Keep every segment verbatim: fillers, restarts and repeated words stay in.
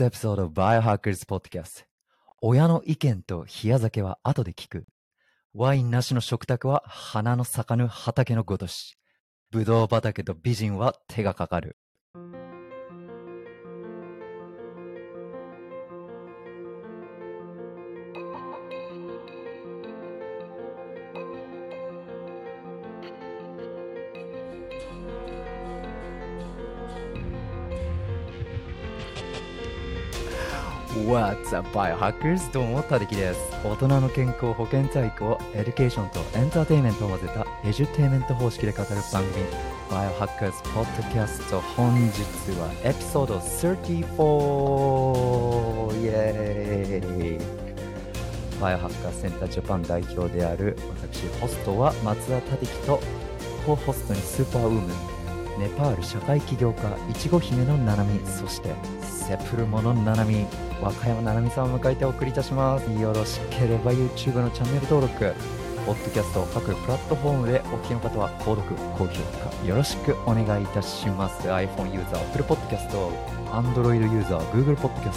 エピソード Biohackers Podcast。親の意見と冷や酒は後で聞く。ワインなしの食卓は花の咲かぬ畑のごとし。ぶどう畑と美人は手がかかる。What's up, Biohackers? どうも、たできです。大人の健康保健体育をエデュケーションとエンターテインメントを混ぜたエデュテイメント方式で語る番組 Biohackers Podcast。 本日はエピソードさんじゅうよん。イエーイ。バイオハッカーセンタージャパン代表である私ホストは松田たできと、コホストにスーパーウーマンネパール社会起業家いちご姫のななみ、そしてセプルモのななみ、和歌山ななみさんを迎えてお送りいたします。よろしければ YouTube のチャンネル登録、ポッドキャスト各プラットフォームでお聞きの方は購読、高評価よろしくお願いいたします。 iPhone ユーザー Apple Podcast、Android ユーザー Google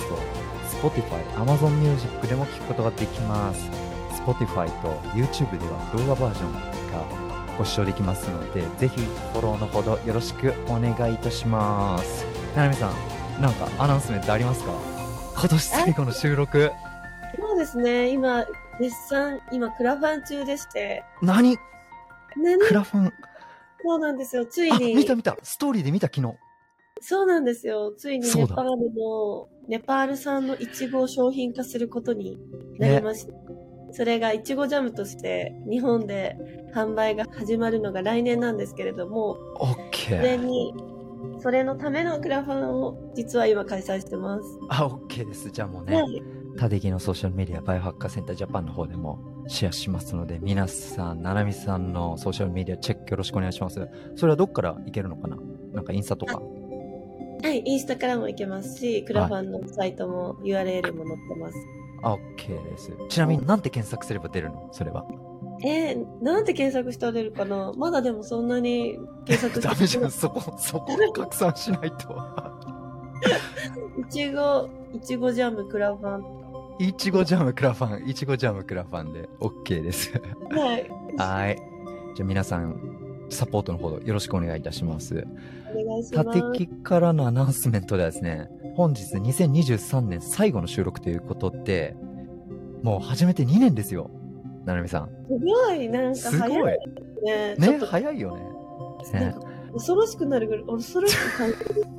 Podcast、Spotify、Amazon Music でも聞くことができます。 Spotify と YouTube では動画バージョンがご視聴できますので、ぜひフォローのほどよろしくお願いいたします。ななみさん、なんかアナウンスメントありますか？今年最後の収録。 そうですね、今絶賛今クラファン中でして。 何？何？クラファン。 そうなんですよ、ついに。 見た見た、ストーリーで見た、昨日。 そうなんですよ、ついにネパールのネパール産のイチゴを商品化することになりました、ね。それがイチゴジャムとして日本で販売が始まるのが来年なんですけれども、 OK。 それにそれのためのクラファンを実は今開催してます。 あ、OK です。じゃあもうね、はい、たできのソーシャルメディアバイオハッカーセンタージャパンの方でもシェアしますので、皆さん、ななみさんのソーシャルメディアチェックよろしくお願いします。それはどっから行けるのかな？なんかインスタとか。 はい、インスタからも行けますし、クラファンのサイトも ユーアールエル も載ってます。 あ、OK です。ちなみになんて検索すれば出るの？それは。 えー、なんて検索したら出るかな？まだでもそんなに検索してダメじゃん、そこ、そこで拡散しないと。 いちご、いちごジャムクラファン。 いちごジャムクラファン、いちごジャムクラファンで OK です。 はい。 はい。じゃあ皆さん、サポートのほどよろしくお願いいたします。 お願いします。 たてきからのアナウンスメントではですね、本日にせんにじゅうさんねん最後の収録ということで、もう始めてにねんですよ。ななみさん。 すごい、なんか早いね。 ね、早いよね。 なんか恐ろしくなるぐらい、恐ろしく感じ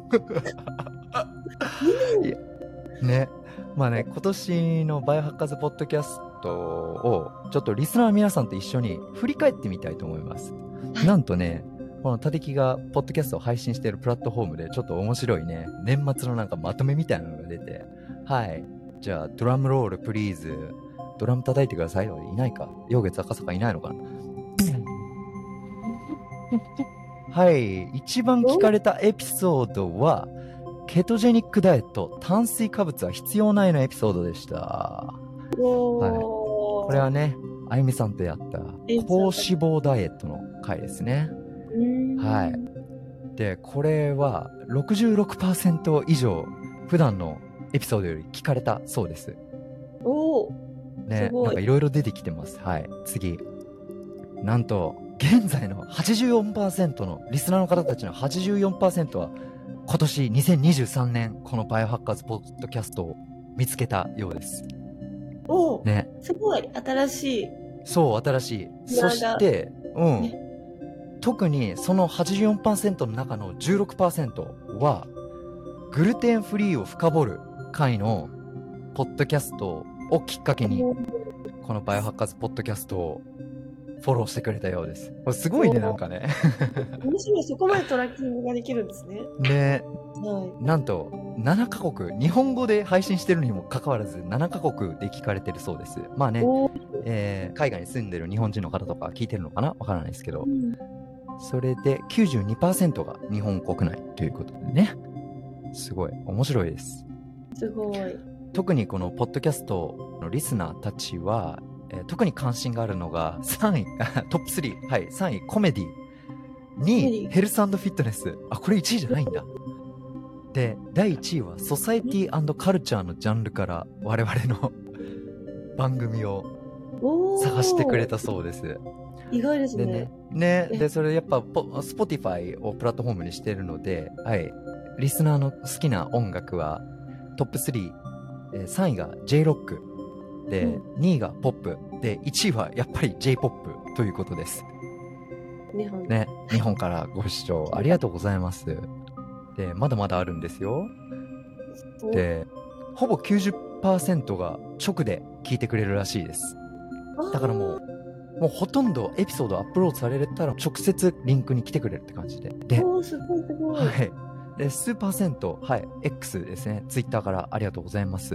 る。 ね、まあね、今年のバイオハッカーズポッドキャストをちょっとリスナーの皆さんと一緒に振り返ってみたいと思います。はい、なんとね、このたてきがポッドキャストを配信しているプラットフォームでちょっと面白いね、年末のなんかまとめみたいなのが出て、はい。じゃあ、ドラムロールプリーズ。ドラム叩いてください。いないか。陽月赤坂いないのかな。はい。一番聞かれたエピソードは、ケトジェニックダイエット、炭水化物は必要ないのエピソードでした。はい。これはね、あゆみさんとやった高脂肪ダイエットの回ですね。はい。で、これは ろくじゅうろくパーセント 以上、普段のエピソードより聞かれたそうです。 おー。 ね、なんかいろいろ出てきてます。はい。次。なんと、現在の はちじゅうよんパーセント の、リスナーの方たちの はちじゅうよんパーセント は、今年にせんにじゅうさんねん、このバイオハッカーズポッドキャストを見つけたようです。 おー。 ね。 すごい、新しい。 そう、新しい。そして、うん。ね、特にその はちじゅうよんパーセント の中の じゅうろくパーセント は、グルテンフリーを深掘る回のポッドキャストをきっかけに、このバイオハッカーズポッドキャストをフォローしてくれたようです。すごいね、なんかね。 面白い、そこまでトラッキングができるんですね。 ね、 はい、 なんとななカ国、日本語で配信してるにもかかわらずななカ国で聞かれてるそうです。まあね、えー、海外に住んでる日本人の方とか聞いてるのかな、わからないですけど、うん、それで きゅうじゅうにパーセント が日本国内ということでね、すごい面白いです。 すごい。 特にこのポッドキャストのリスナーたちは、えー、特に関心があるのがさんいトップスリー、はい、さんいコメディ、にいヘルス&フィットネス、あ、これいちいじゃないんだ。 で、だいいちいはソサエティ&カルチャーのジャンルから我々の番組を探してくれたそうです。 意外ですね。 でね、ね、で、それやっぱ、Spotify をプラットフォームにしてるので、はい、リスナーの好きな音楽はトップスリー、えー、さんいが J ロックで、うん、にいがポップで、いちいはやっぱり J ポップということです。 日本ね、日本からご視聴ありがとうございます。で、まだまだあるんですよ。で、ほぼ きゅうじゅっパーセント が直で聞いてくれるらしいです。だからもう、もうほとんどエピソードアップロードされたら直接リンクに来てくれるって感じで。で、 おー、すごいすごい。 はい。で、数パーセント、はい、X ですね、Twitter からありがとうございます。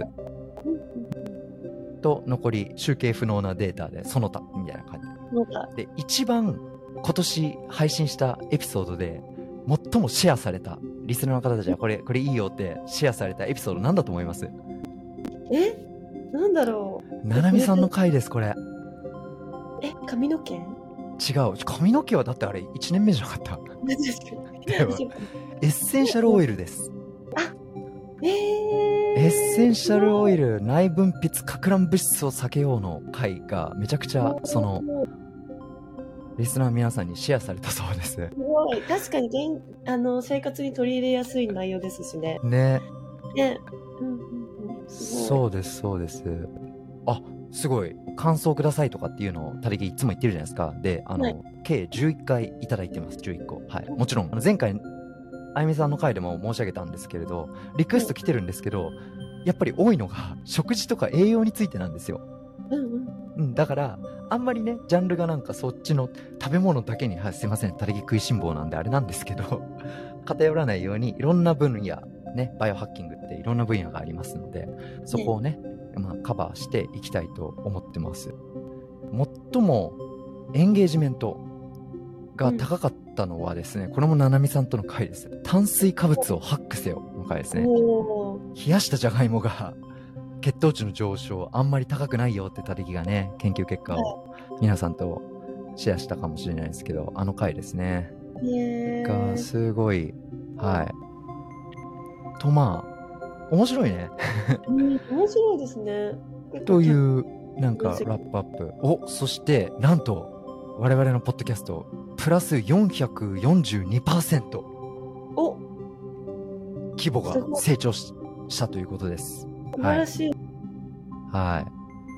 と、残り集計不能なデータでその他みたいな感じ。で、一番今年配信したエピソードで最もシェアされたリスナーの方たちはこれ、これいいよってシェアされたエピソードなんだと思います？ え？なんだろう。 ななみさんの回です、これ。 え、髪の毛？違う。 髪の毛はだってあれいちねんめじゃなかった。では、エッセンシャルオイルです。 あ、えー、 エッセンシャルオイル内分泌かく乱物質を避けようの回がめちゃくちゃそのリスナーの皆さんにシェアされたそうです。すごい。確かに現あの生活に取り入れやすい内容ですしね。 ね。 ね。うんうんうん。 そうですそうです。あ、すごい感想くださいとかっていうのをたりきいつも言ってるじゃないですか。で、あの、はい、計じゅういっかいいただいてます。じゅういっこ。はい。もちろんあの前回あゆみさんの回でも申し上げたんですけれど、リクエスト来てるんですけど、はい、やっぱり多いのが食事とか栄養についてなんですよ。 うんうん。 うん、だからあんまりねジャンルがなんかそっちの食べ物だけに、はい、すいません、たりき食いしん坊なんであれなんですけど偏らないようにいろんな分野ね、バイオハッキングっていろんな分野がありますので、そこをね、ね、まあ、カバーしていきたいと思ってます。最もエンゲージメントが高かったのはですね、うん、これもななみさんとの回です。炭水化物をハックせよの回ですね。冷やしたじゃがいもが血糖値の上昇あんまり高くないよってたりきがね、研究結果を皆さんとシェアしたかもしれないですけど、あの回ですねがすごい、はい、とまあ面白いねうん、面白いですねというなんかラップアップお、そしてなんと我々のポッドキャストプラス よんひゃくよんじゅうにパーセントお規模が成長 し, したということです。 素晴らしい。 はい。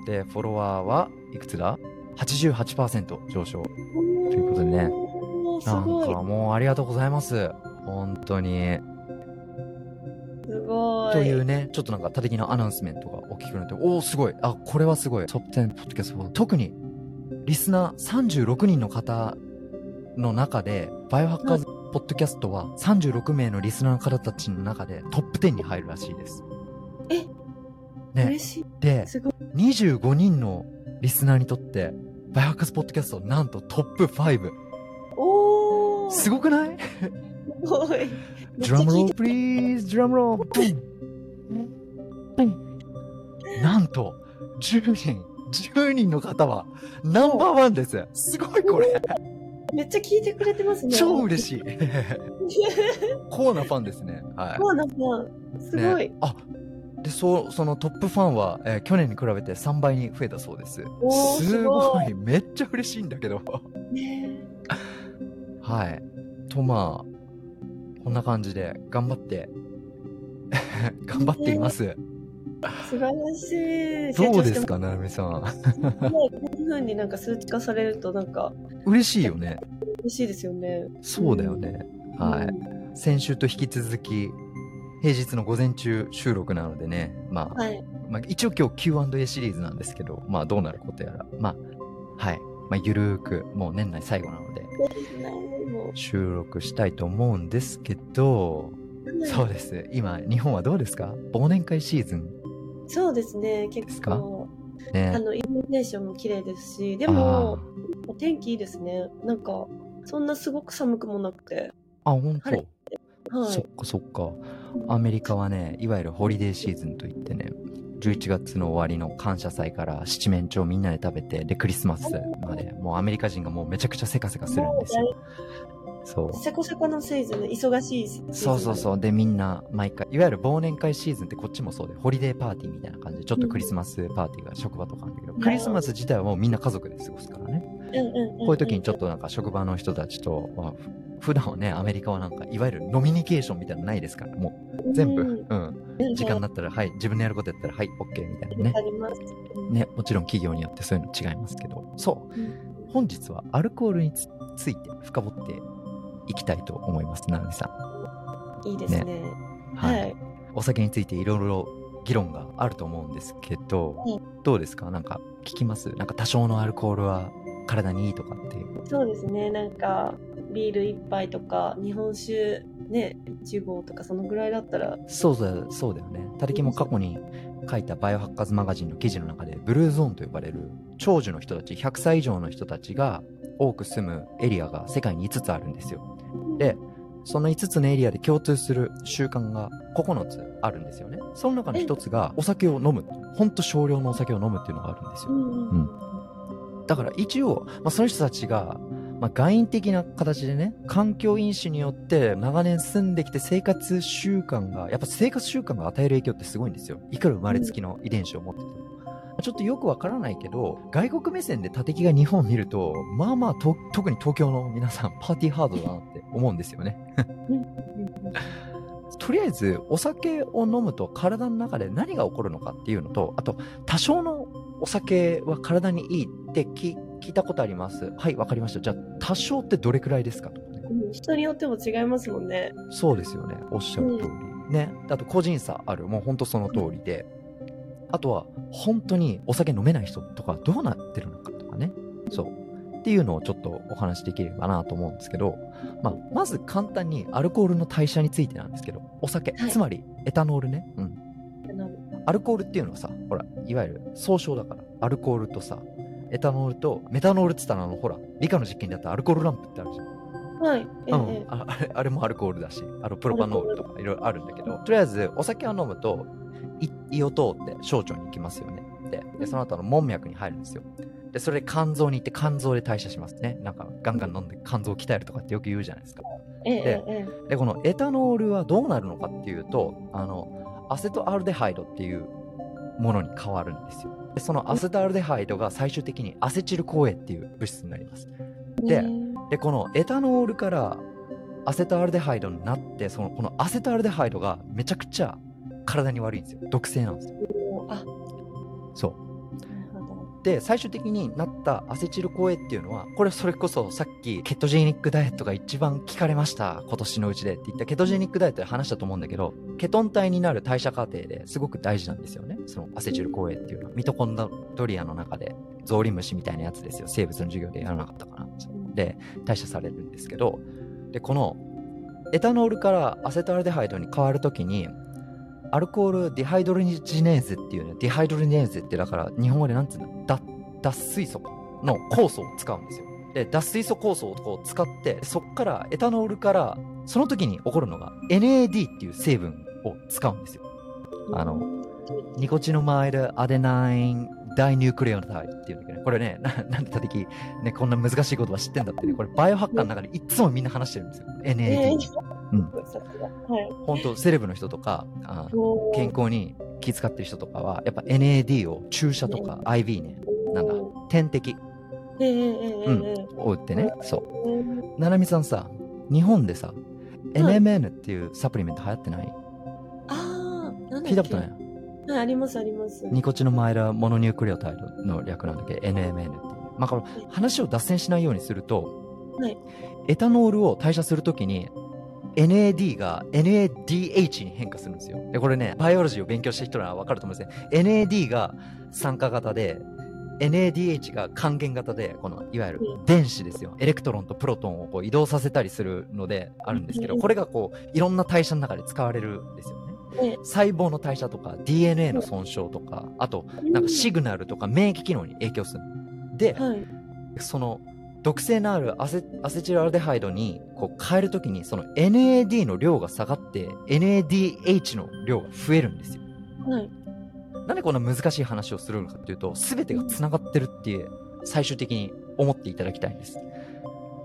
で、フォロワーはいくつだ ?はちじゅうはちパーセント 上昇。ということでね。なんかもうありがとうございます。本当に。 すごい。 というね、ちょっとなんか他的なアナウンスメントが大きくなって、おーすごい。あ、これはすごい。トップじゅうポッドキャスト。特に、リスナーさんじゅうろくにんの方の中で、バイオハッカーズポッドキャストはさんじゅうろくめいのリスナーの方たちの中でトップじゅうに入るらしいです。 えね、 嬉しい。 で、にじゅうごにんのリスナーにとって、バイオハッカーズポッドキャストなんとトップご。 おーすごくない？ すごい。 ドラムロールプリーズ、ドラムロール。なんと、じゅうにん、じゅうにんの方はナンバーワンです。すごいこれ。 めっちゃ聞いてくれてますね。 超嬉しい。コーナファンですね。はい。 コーナファン。すごい。 ね、あ、で、そ、そのトップファンは、えー、去年に比べてさんばいに増えたそうです。 おー、 すごい。めっちゃ嬉しいんだけど。 ね、 はい。と、まあ、こんな感じで頑張って、頑張っています。ね、 素晴らしい。 どうですか、ななみさん。 こういう風になんか数値化されるとなんか嬉しいよね。 嬉しいですよね。 そうだよね。うん、はい、うん。先週と引き続き平日の午前中収録なのでね、まあ、はい、まあ一応今日 キューアンドエー シリーズなんですけど、まあどうなることやら、まあはい、まあゆるーくもう年内最後なので収録したいと思うんですけど、はい、そうです。今日本はどうですか？忘年会シーズン。 そうですね、結構ね、あのイルミネーションも綺麗ですし、でもお天気いいですね。なんかそんなすごく寒くもなくて。 あ、本当。 はい、 そっかそっか。アメリカはね、いわゆるホリデーシーズンといってね、じゅういちがつの終わりの感謝祭から七面鳥みんなで食べて、でクリスマスまで、もうアメリカ人がもうめちゃくちゃせかせかするんですよ。 そう。 せこせこのシーズン、忙しいシーズン。 そうそうそう。で、みんな、毎回、いわゆる忘年会シーズンってこっちもそうで、ホリデーパーティーみたいな感じで、ちょっとクリスマスパーティーが職場とかあるんだけど、うん、クリスマス自体はもうみんな家族で過ごすからね。 うんうんうんうん、 こういう時にちょっとなんか職場の人たちと、まあ、普段はね、アメリカはなんか、いわゆるノミニケーションみたいなのないですから、もう、全部、うん、うん、時間になったら、はい、自分のやることやったら、はい、OK みたいなね。 あります。 ね、もちろん企業によってそういうの違いますけど、そう。うん、本日はアルコールについて深掘っていきたいと思います、ななみさん。いいですね。ね、 はい、はい。お酒についていろいろ議論があると思うんですけど、うん、どうですか？なんか聞きます？なんか多少のアルコールは体にいいとかっていう。 そうですね。なんかビール一杯とか日本酒ねいちごうとかそのぐらいだったら。 そうだよ、そうだよね。たりきも過去に書いたバイオハッカーズマガジンの記事の中で、ブルーゾーンと呼ばれる長寿の人たち、ひゃくさい以上の人たちが多く住むエリアが世界にいつつあるんですよ。で、そのいつつのエリアで共通する習慣がここのつあるんですよね。その中の一つがお酒を飲む。ほんと少量のお酒を飲むっていうのがあるんですよ。うん。だから一応、まあ、その人たちが、まあ、外因的な形でね、環境因子によって長年住んできて生活習慣が、やっぱ生活習慣が与える影響ってすごいんですよ。いくら生まれつきの遺伝子を持ってても。ちょっとよくわからないけど、外国目線で縦木が日本を見ると、まあまあと、特に東京の皆さん、パーティーハードだなって思うんですよね。とりあえず、お酒を飲むと体の中で何が起こるのかっていうのと、あと、多少のお酒は体にいいって聞いたことあります。はい、わかりました。じゃあ、多少ってどれくらいですかとかね。 うん、人によっても違いますもんね。 そうですよね。おっしゃる通り。うん、ね。あと、個人差ある。もうほんとその通りで。あとは、本当にお酒飲めない人とかどうなってるのかとかね。そう。っていうのをちょっとお話しできればなと思うんですけど、まあ、まず簡単にアルコールの代謝についてなんですけど、お酒、はい、つまりエタノールね。うん。アルコールっていうのはさ、ほら、いわゆる総称だから、アルコールとさ、エタノールとメタノールって言ったら、あの、ほら、理科の実験であったアルコールランプってあるじゃん。 はい。 うん。あ, あ, れあれもアルコールだし、あのプロパノールとかいろいろあるんだけど、とりあえずお酒を飲むと、胃を通って小腸に行きますよね。で、でその後の門脈に入るんですよ。で、それで肝臓に行って肝臓で代謝しますね。なんかガンガン飲んで肝臓を鍛えるとかってよく言うじゃないですか。で、でこのエタノールはどうなるのかっていうと、あの、アセトアルデハイドっていうものに変わるんですよ。で、そのアセトアルデハイドが最終的にアセチルコエっていう物質になります。で、でこのエタノールからアセトアルデハイドになって、そのこのアセトアルデハイドがめちゃくちゃ体に悪いんですよ。毒性なんですよ。あ、そう。で、最終的になったアセチルコエっていうのは、これそれこそさっきケトジェニックダイエットが一番聞かれました今年のうちでって言ったケトジェニックダイエットで話したと思うんだけど、ケトン体になる代謝過程ですごく大事なんですよね。そのアセチルコエっていうのはミトコンドリアの中でゾウリムシみたいなやつですよ。生物の授業でやらなかったかな。で、代謝されるんですけど、で、このエタノールからアセトアルデハイドに変わるときに、アルコールディハイドロジネーズっていうね、ディハイドロジネーズってだから日本語でなんていうの、脱脱水素の酵素を使うんですよ。で、脱水素酵素をこう使って、そっからエタノールから、その時に起こるのが エヌエーディー っていう成分を使うんですよ。あの、ニコチノマイルアデナインダイニュークレオタイドっていうんだけどね、これね、な, なんでたてき、ね、こんな難しい言葉知ってんだってね、これバイオハッカーの中でいつもみんな話してるんですよ。エヌエーディー。えーうん、はい、本当セレブの人とかあ健康に気遣ってる人とかはやっぱ エヌエーディー を注射とか アイブイ ね、なんだ点滴、うん、を打ってね。そうななみさんさ、日本でさ エヌエムエヌ っていうサプリメント流行ってない？ ああ、なんだっけ、 聞いたことない？ はい、ありますあります。 ニコチノマイラモノニュークレオタイドの略なんだけど エヌエムエヌ っていう。まあこの話を脱線しないようにすると、はい、エタノールを代謝するときにエヌエーディー が エヌエーディーエイチ に変化するんですよ。で、これね、バイオロジーを勉強した人ならわかると思うんですね。エヌエーディー が酸化型で、エヌエーディーエイチ が還元型で、このいわゆる電子ですよ。エレクトロンとプロトンをこう移動させたりするのであるんですけど、これがこういろんな代謝の中で使われるんですよね。細胞の代謝とか ディーエヌエー の損傷とか、あとなんかシグナルとか免疫機能に影響する。で、その毒性のあるアセ、アセチルアルデハイドにこう変えるときにその エヌエーディー の量が下がって エヌエーディーエイチ の量が増えるんですよ。はい。なんでこんな難しい話をするのかっていうと、全てが繋がってるっていう最終的に思っていただきたいんです。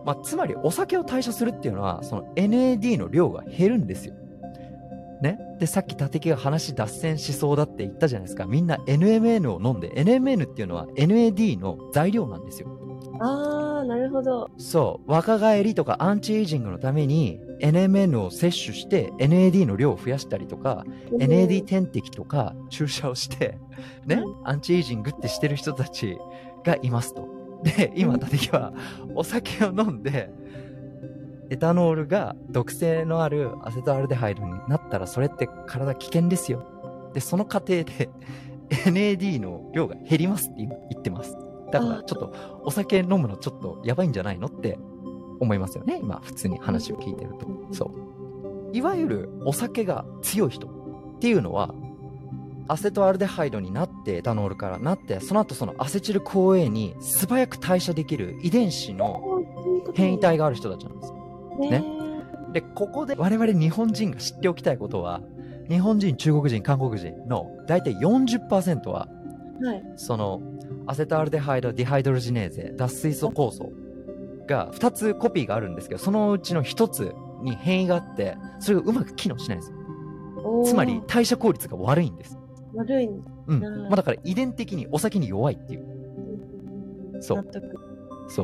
まあ、つまりお酒を代謝するっていうのはその エヌエーディー の量が減るんですよ。ね、でさっき立木が話脱線しそうだって言ったじゃないですか。みんな エヌエムエヌ を飲んで エヌエムエヌ っていうのは エヌエーディー の材料なんですよ。 あー、なるほど。 そう若返りとかアンチエイジングのために エヌエムエヌ を摂取して エヌエーディー の量を増やしたりとか、うん、エヌエーディー 点滴とか注射をしてね、うん、アンチエイジングってしてる人たちがいますと。で今立木はお酒を飲んでエタノールが毒性のあるアセトアルデハイドになったらそれって体危険ですよ。でその過程で エヌエーディー の量が減りますって今言ってます。だからちょっとお酒飲むのちょっとやばいんじゃないのって思いますよね、今普通に話を聞いてると。そういわゆるお酒が強い人っていうのはアセトアルデハイドになってエタノールからなってその後そのアセチルコーエに素早く代謝できる遺伝子の変異体がある人たちなんですよね。でここで我々日本人が知っておきたいことは、日本人、中国人、韓国人の大体 よんじゅっパーセント は、はい、そのアセトアルデハイドディハイドロジネーゼ脱水素酵素がふたつコピーがあるんですけど、そのうちのひとつに変異があってそれがうまく機能しないんですよ。つまり代謝効率が悪いんです。 悪いんだ。 うん。まあだから遺伝的にお酒に弱いっていう。そう。そう。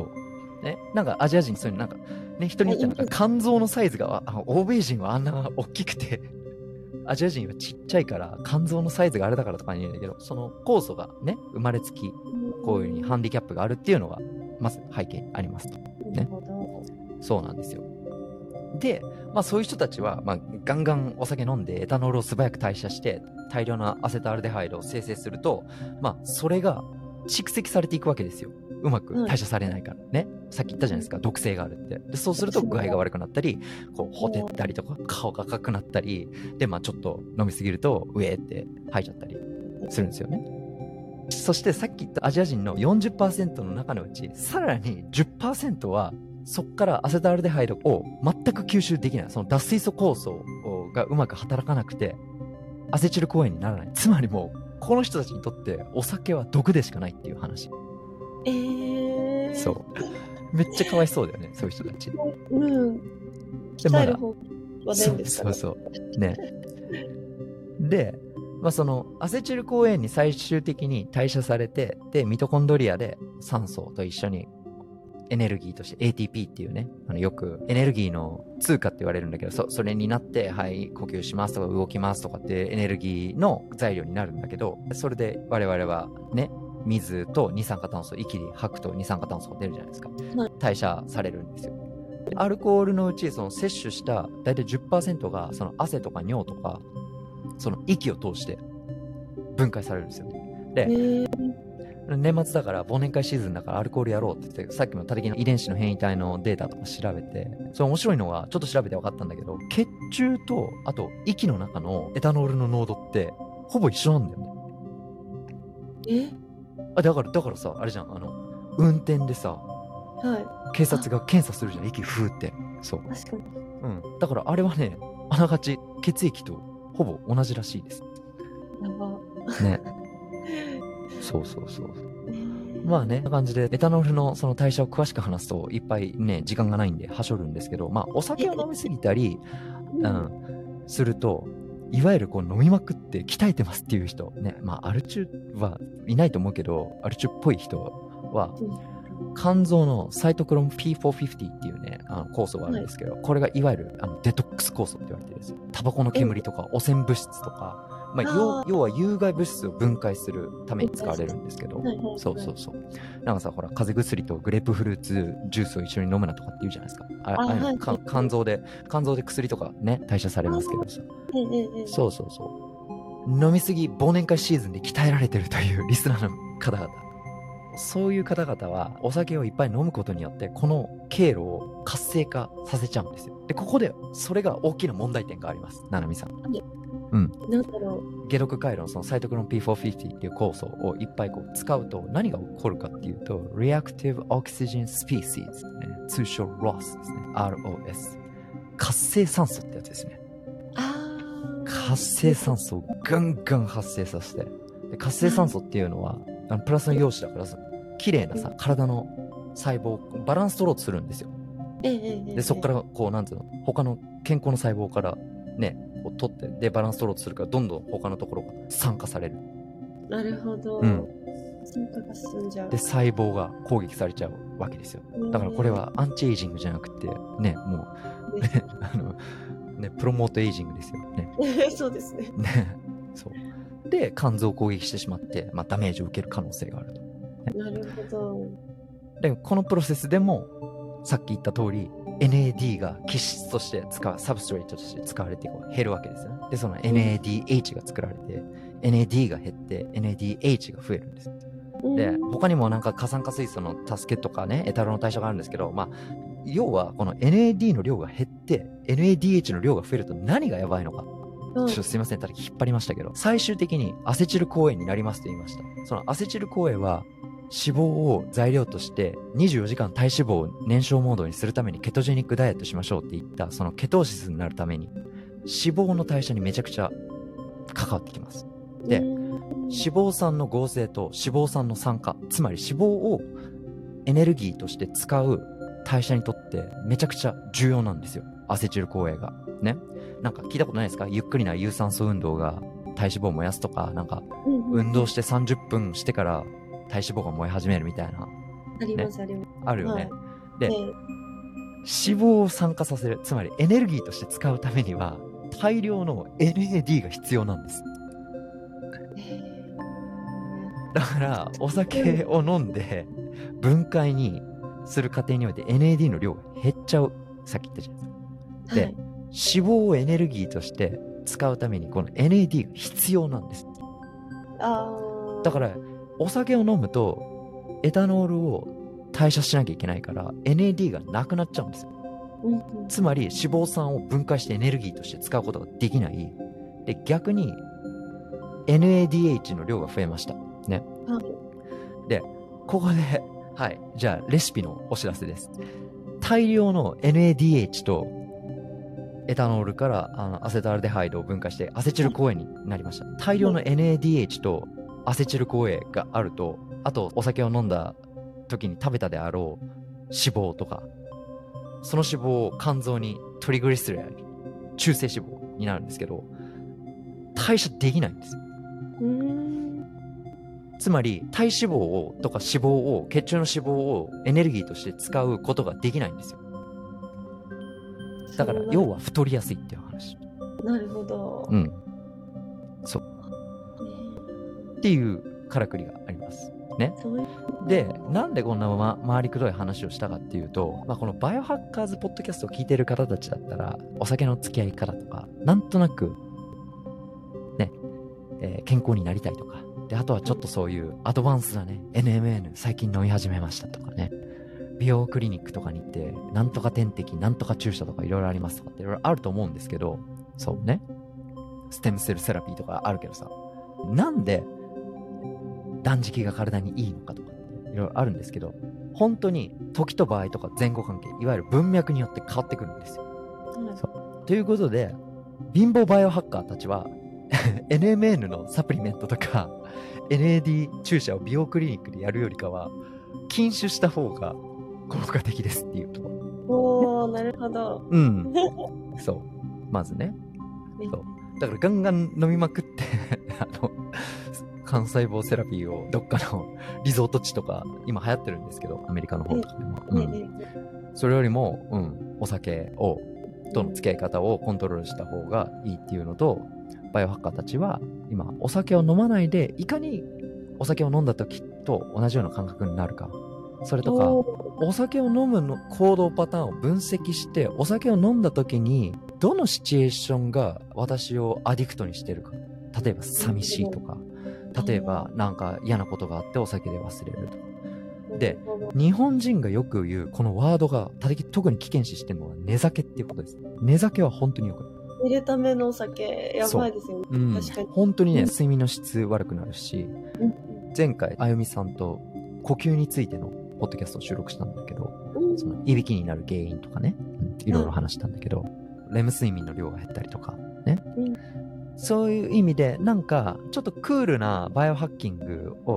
ね。なんかアジア人そういうのなんかね、人によってなんか肝臓のサイズがあ欧米人はあんな大きくてアジア人はちっちゃいから肝臓のサイズがあれだからとかに言うんだけど、その酵素がね生まれつきこういう風にハンディキャップがあるっていうのがまず背景にありますと。ね。そうなんですよ。で、まあそういう人たちは、まあ、ガンガンお酒飲んでエタノールを素早く代謝して大量なアセトアルデハイドを生成すると、まあそれが蓄積されていくわけですよ。うまく代謝されないからね、うん、さっき言ったじゃないですか、毒性があるって。でそうすると具合が悪くなったり、こうほてったりとか顔が赤くなったりで、まあちょっと飲みすぎるとウェーって吐いちゃったりするんですよね。そしてさっき言ったアジア人の よんじゅっパーセント の中のうちさらに じゅっパーセント はそこからアセトアルデハイドを全く吸収できない、その脱水素酵素がうまく働かなくてアセチルコーエンにならない。つまりもうこの人たちにとってお酒は毒でしかないっていう話。 えー、 そうめっちゃかわいそうだよね、そういう人たち。 うん。鍛える方はないんですかね。 そうそうそうね。で、まあ、そのアセチルコーエンに最終的に代謝されて、でミトコンドリアで酸素と一緒にエネルギーとして エーティーピー っていうね、あのよくエネルギーの通貨って言われるんだけど、 そ, それになってはい呼吸しますとか動きますとかってエネルギーの材料になるんだけど、それで我々はね水と二酸化炭素、息で吐くと二酸化炭素が出るじゃないですか、はい、代謝されるんですよ。アルコールのうちその摂取した大体 じゅっパーセント がその汗とか尿とかその息を通して分解されるんですよね。で、えー年末だから忘年会シーズンだからアルコールやろうって言って、さっきも他的な遺伝子の変異体のデータとか調べて、それ面白いのがちょっと調べて分かったんだけど、血中とあと息の中のエタノールの濃度ってほぼ一緒なんだよね。 えあだからだからさ、あれじゃん、あの運転でさ、はい、警察が検査するじゃん、息ふーって。そう確かに、 うん、だからあれはね、あながち血液とほぼ同じらしいです。 やばねそうそうそう。まあね、こんな感じでエタノールのその代謝を詳しく話すといっぱいね時間がないんではしょるんですけど、まあお酒を飲みすぎたり、うん、するといわゆるこう飲みまくって鍛えてますっていう人ね、まあアル中はいないと思うけど、アル中っぽい人は肝臓のサイトクロム ピーフォーフィフティー っていうねあの酵素があるんですけど、はい、これがいわゆるあのデトックス酵素って言われてるんですよ。タバコの煙とか汚染物質とか、まあ、要, 要は有害物質を分解するために使われるんですけど、そうそうそう。なんかさ、ほら風邪薬とグレープフルーツジュースを一緒に飲むなとかって言うじゃないですか。あああ、はい、肝臓で肝臓で薬とかね代謝されますけどさ、そうそうそう。飲みすぎ忘年会シーズンで鍛えられてるというリスナーの方々、そういう方々はお酒をいっぱい飲むことによってこの経路を活性化させちゃうんですよ。でここでそれが大きな問題点があります、ななみさん。うん、なんだろう、解毒回路のそのサイトクロム ピーフォーフィフティー っていう酵素をいっぱいこう使うと何が起こるかっていうと Reactive Oxygen Species、ね、通称 ローエス ですね。 アールオーエス 活性酸素ってやつですね。あ活性酸素をガンガン発生させて、で活性酸素っていうのはあのプラスの陽子だからさ、綺麗なさ体の細胞バランス取ろうとするんですよ。 ええええで、そこからこう、なんつうの、他の健康の細胞からね、こう取って、で、バランス取ろうとするから、どんどん他のところが酸化される。 なるほど。 うん。 酸化が進んじゃう。 で、細胞が攻撃されちゃうわけですよ。だからこれはアンチエイジングじゃなくて、ね、もう、ね、あの、ね、プロモートエイジングですよね。 そうですね。 ね。そう。で、肝臓を攻撃してしまって、まあ、ダメージを受ける可能性があると。ね、 なるほど。 で、このプロセスでも、さっき言った通り、エヌエーディー が基質として使う、サブストレートとして使われてこう減るわけですよね。で、その エヌエーディーエイチ が作られて、うん、エヌエーディー が減って、エヌエーディーエイチ が増えるんです。で、他にもなんか過酸化水素の助けとかね、エタノールの代謝があるんですけど、まあ、要はこの エヌエーディー の量が減って、エヌエーディーエイチ の量が増えると何がやばいのか。ちょっとすいません、ただ引っ張りましたけど、最終的にアセチルコエンになりますと言いました。そのアセチルコエンは、脂肪を材料としてにじゅうよじかん体脂肪を燃焼モードにするためにケトジェニックダイエットしましょうって言った、そのケトーシスになるために、脂肪の代謝にめちゃくちゃ関わってきます。で、脂肪酸の合成と脂肪酸の酸化、つまり脂肪をエネルギーとして使う代謝にとってめちゃくちゃ重要なんですよ。アセチルコエが。ね。なんか聞いたことないですか？ゆっくりな有酸素運動が体脂肪を燃やすとか、なんか運動してさんじゅっぷんしてから体脂肪が燃え始めるみたいな。 あります、ね、あります。 あるよね。はい、で、ね、脂肪を酸化させる、つまりエネルギーとして使うためには大量の エヌエーディー が必要なんです。だからお酒を飲んで分解にする過程において エヌエーディー の量が減っちゃう。さっき言ったじゃないですか。で、はい、脂肪をエネルギーとして使うためにこの エヌエーディー が必要なんです。 あだからお酒を飲むとエタノールを代謝しなきゃいけないから エヌエーディー がなくなっちゃうんですよ。うんうん、つまり脂肪酸を分解してエネルギーとして使うことができない。で、逆に エヌエーディーエイチ の量が増えました。ね。はい、で、ここで、はい。じゃあ、レシピのお知らせです。大量の エヌエーディーエイチ とエタノールからあのアセトアルデハイドを分解してアセチルコエになりました。大量の エヌエーディーエイチ とアセチルコエがあると、あとお酒を飲んだ時に食べたであろう脂肪とか、その脂肪を肝臓にトリグリセライド、中性脂肪になるんですけど、代謝できないんですよ。うーん、つまり体脂肪をとか脂肪を、血中の脂肪をエネルギーとして使うことができないんですよ。だから要は太りやすいっていう話。 なるほど。 うん。そう。っていうからくりがあります。ね。で、なんでこんな、ま、回りくどい話をしたかっていうと、まあ、このバイオハッカーズポッドキャストを聞いてる方たちだったら、お酒の付き合い方とか、なんとなく、ね、えー、健康になりたいとか、で、あとはちょっとそういうアドバンスなね、エヌエムエヌ 最近飲み始めましたとかね、美容クリニックとかに行って、なんとか点滴、なんとか注射とかいろいろありますとかっていろいろあると思うんですけど、そうね、ステムセルセラピーとかあるけどさ、なんで断食が体にいいのかとかっていろいろあるんですけど、本当に時と場合とか前後関係、いわゆる文脈によって変わってくるんですよ。うん、そうということで、貧乏バイオハッカーたちはエヌエムエヌ のサプリメントとか エヌエーディー 注射を美容クリニックでやるよりかは禁酒した方が効果的ですっていうところ。 おー、なるほど。 うん。そう。まずね。そう。だからガンガン飲みまくってあの、幹細胞セラピーをどっかのリゾート地とか今流行ってるんですけど、アメリカの方とかでも。うん。それよりも、うん、お酒を、との付き合い方をコントロールした方がいいっていうのと、バイオハッカーたちは今お酒を飲まないでいかにお酒を飲んだ時と同じような感覚になるか、それとかお酒を飲むの行動パターンを分析して、お酒を飲んだ時にどのシチュエーションが私をアディクトにしてるか、例えば寂しいとか、例えばなんか嫌なことがあってお酒で忘れるとかで、日本人がよく言うこのワードが特に危険視してるのは寝酒っていうことです。寝酒は本当によくない。 寝るためのお酒、やばいですよね。うん、確かに。 本当にね、睡眠の質悪くなるし、うん、前回、あゆみさんと呼吸についてのポッドキャストを収録したんだけど、うん、そのいびきになる原因とかね、うん、いろいろ話したんだけど、うん、レム睡眠の量が減ったりとか、ね。うん、そういう意味で、なんか、ちょっとクールなバイオハッキングを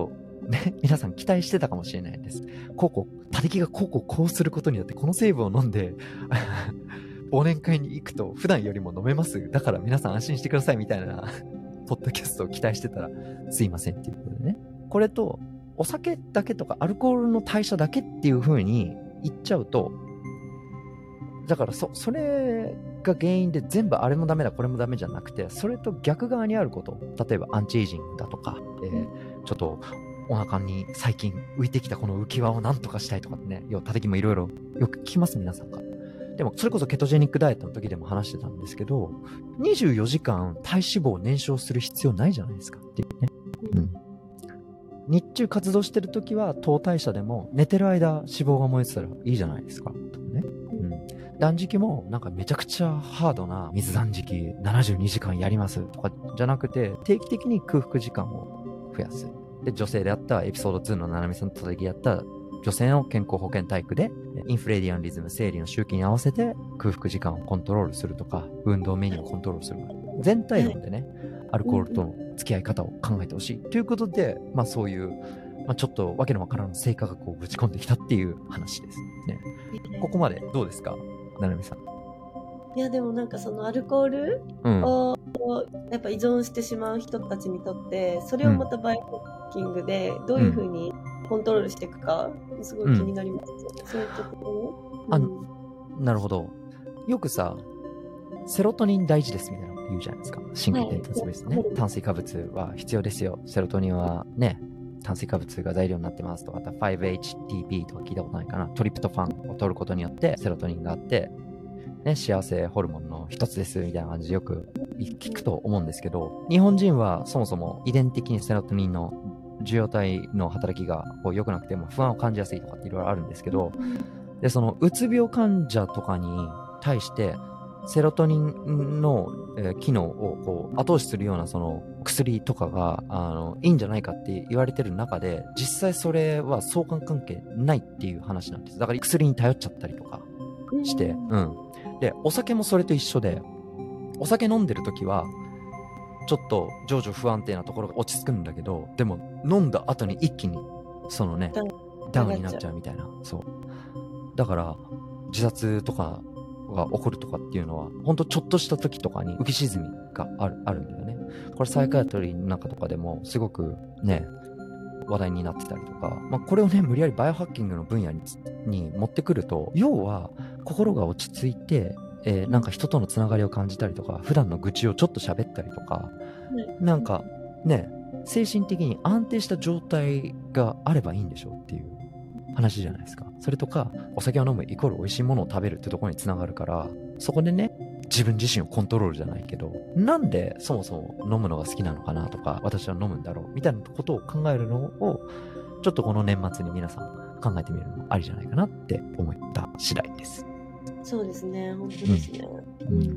ね、皆さん期待してたかもしれないです。こうこう、他力がこうこうこうすることによって、この成分を飲んで、忘年会に行くと普段よりも飲めます。だから皆さん安心してくださいみたいな、ポッドキャストを期待してたら、すいませんっていうことでね。これと、お酒だけとかアルコールの代謝だけっていう風に言っちゃうと、だからそ、それが原因で全部あれもダメだ、これもダメじゃなくて、それと逆側にあること、例えばアンチエイジングだとか、えー、ちょっとお腹に最近浮いてきたこの浮き輪をなんとかしたいとかってね、要は他的もいろいろよく聞きます、皆さんが。でも、それこそケトジェニックダイエットの時でも話してたんですけど、にじゅうよじかん体脂肪を燃焼する必要ないじゃないですかっていうね。うん。日中活動してる時は糖代謝でも寝てる間脂肪が燃えてたらいいじゃないですか。とかね。うん。断食もなんかめちゃくちゃハードな水断食ななじゅうにじかんやりますとかじゃなくて、定期的に空腹時間を増やす。で、女性であったエピソードにのななみさんとたたきやった女性の健康保健体育でインフレディアンリズム、生理の周期に合わせて空腹時間をコントロールするとか、運動メニューをコントロールする。全体論でね、アルコールとの付き合い方を考えてほしいということで、まあそういう、まあ、ちょっとわけのわからん成果学をぶち込んできたっていう話ですね。ここまでどうですか、ななみさん。 いやでもなんかそのアルコールをやっぱ依存してしまう人たちにとって、それをまたバイオハッキングでどういうふうにコントロールしていくか、すごい気になります。うん、そういうところ、うん、 あ、なるほど。よくさ、セロトニン大事ですみたいなの言うじゃないですか。神経伝達物質ね、はい。炭水化物は必要ですよ。セロトニンはね、炭水化物が材料になってますとか、あと ファイブエイチティーピー とか聞いたことないかな。トリプトファンを取ることによってセロトニンがあって、ね、幸せホルモンの一つですみたいな感じでよく聞くと思うんですけど、日本人はそもそも遺伝的にセロトニンの受容体の働きがこう良くなくても不安を感じやすいとかっていろいろあるんですけど、で、そのうつ病患者とかに対してセロトニンの、えー、機能をこう後押しするようなその薬とかがあのいいんじゃないかって言われてる中で、実際それは相関関係ないっていう話なんです。だから薬に頼っちゃったりとかして、うん。で、お酒もそれと一緒で、お酒飲んでる時はちょっと情緒不安定なところが落ち着くんだけど、でも飲んだ後に一気にそのねダウンになっちゃうみたいな。そうだから自殺とかが起こるとかっていうのはほんとちょっとした時とかに浮き沈みがあるあるんだよね。これサイカイトリーの中とかでもすごくね話題になってたりとか、まあ、これをね無理やりバイオハッキングの分野にに持ってくると、要は心が落ち着いて、えー、なんか人とのつながりを感じたりとか、普段の愚痴をちょっと喋ったりとか、うん、なんかね精神的に安定した状態があればいいんでしょうっていう話じゃないですか。それとかお酒を飲むイコール美味しいものを食べるってところにつながるから、そこでね自分自身をコントロールじゃないけど、なんでそもそも飲むのが好きなのかなとか、私は飲むんだろうみたいなことを考えるのをちょっとこの年末に皆さん考えてみるのもありじゃないかなって思った次第です。 そうですね、本当ですね、うんうん、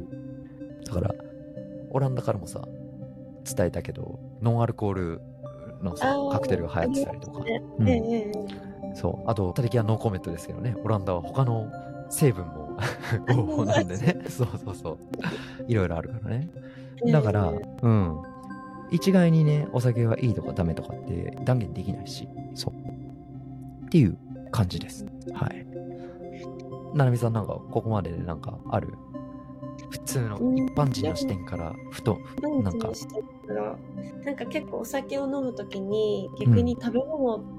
だからオランダからもさ伝えたけど、ノンアルコールのさカクテルが流行ってたりとか、ね、うんええ、そうあと他的はノーコメントですけどね、オランダは他の成分も合法なんでねそうそうそういろいろあるからね。だから、えー、うん一概にねお酒がいいとかダメとかって断言できないし、そうっていう感じです。はい。ななみさんなんかここまででなんかある？普通の一般人の視点からふと、 うん、なんかなんか結構お酒を飲むときに逆に食べ物、うん、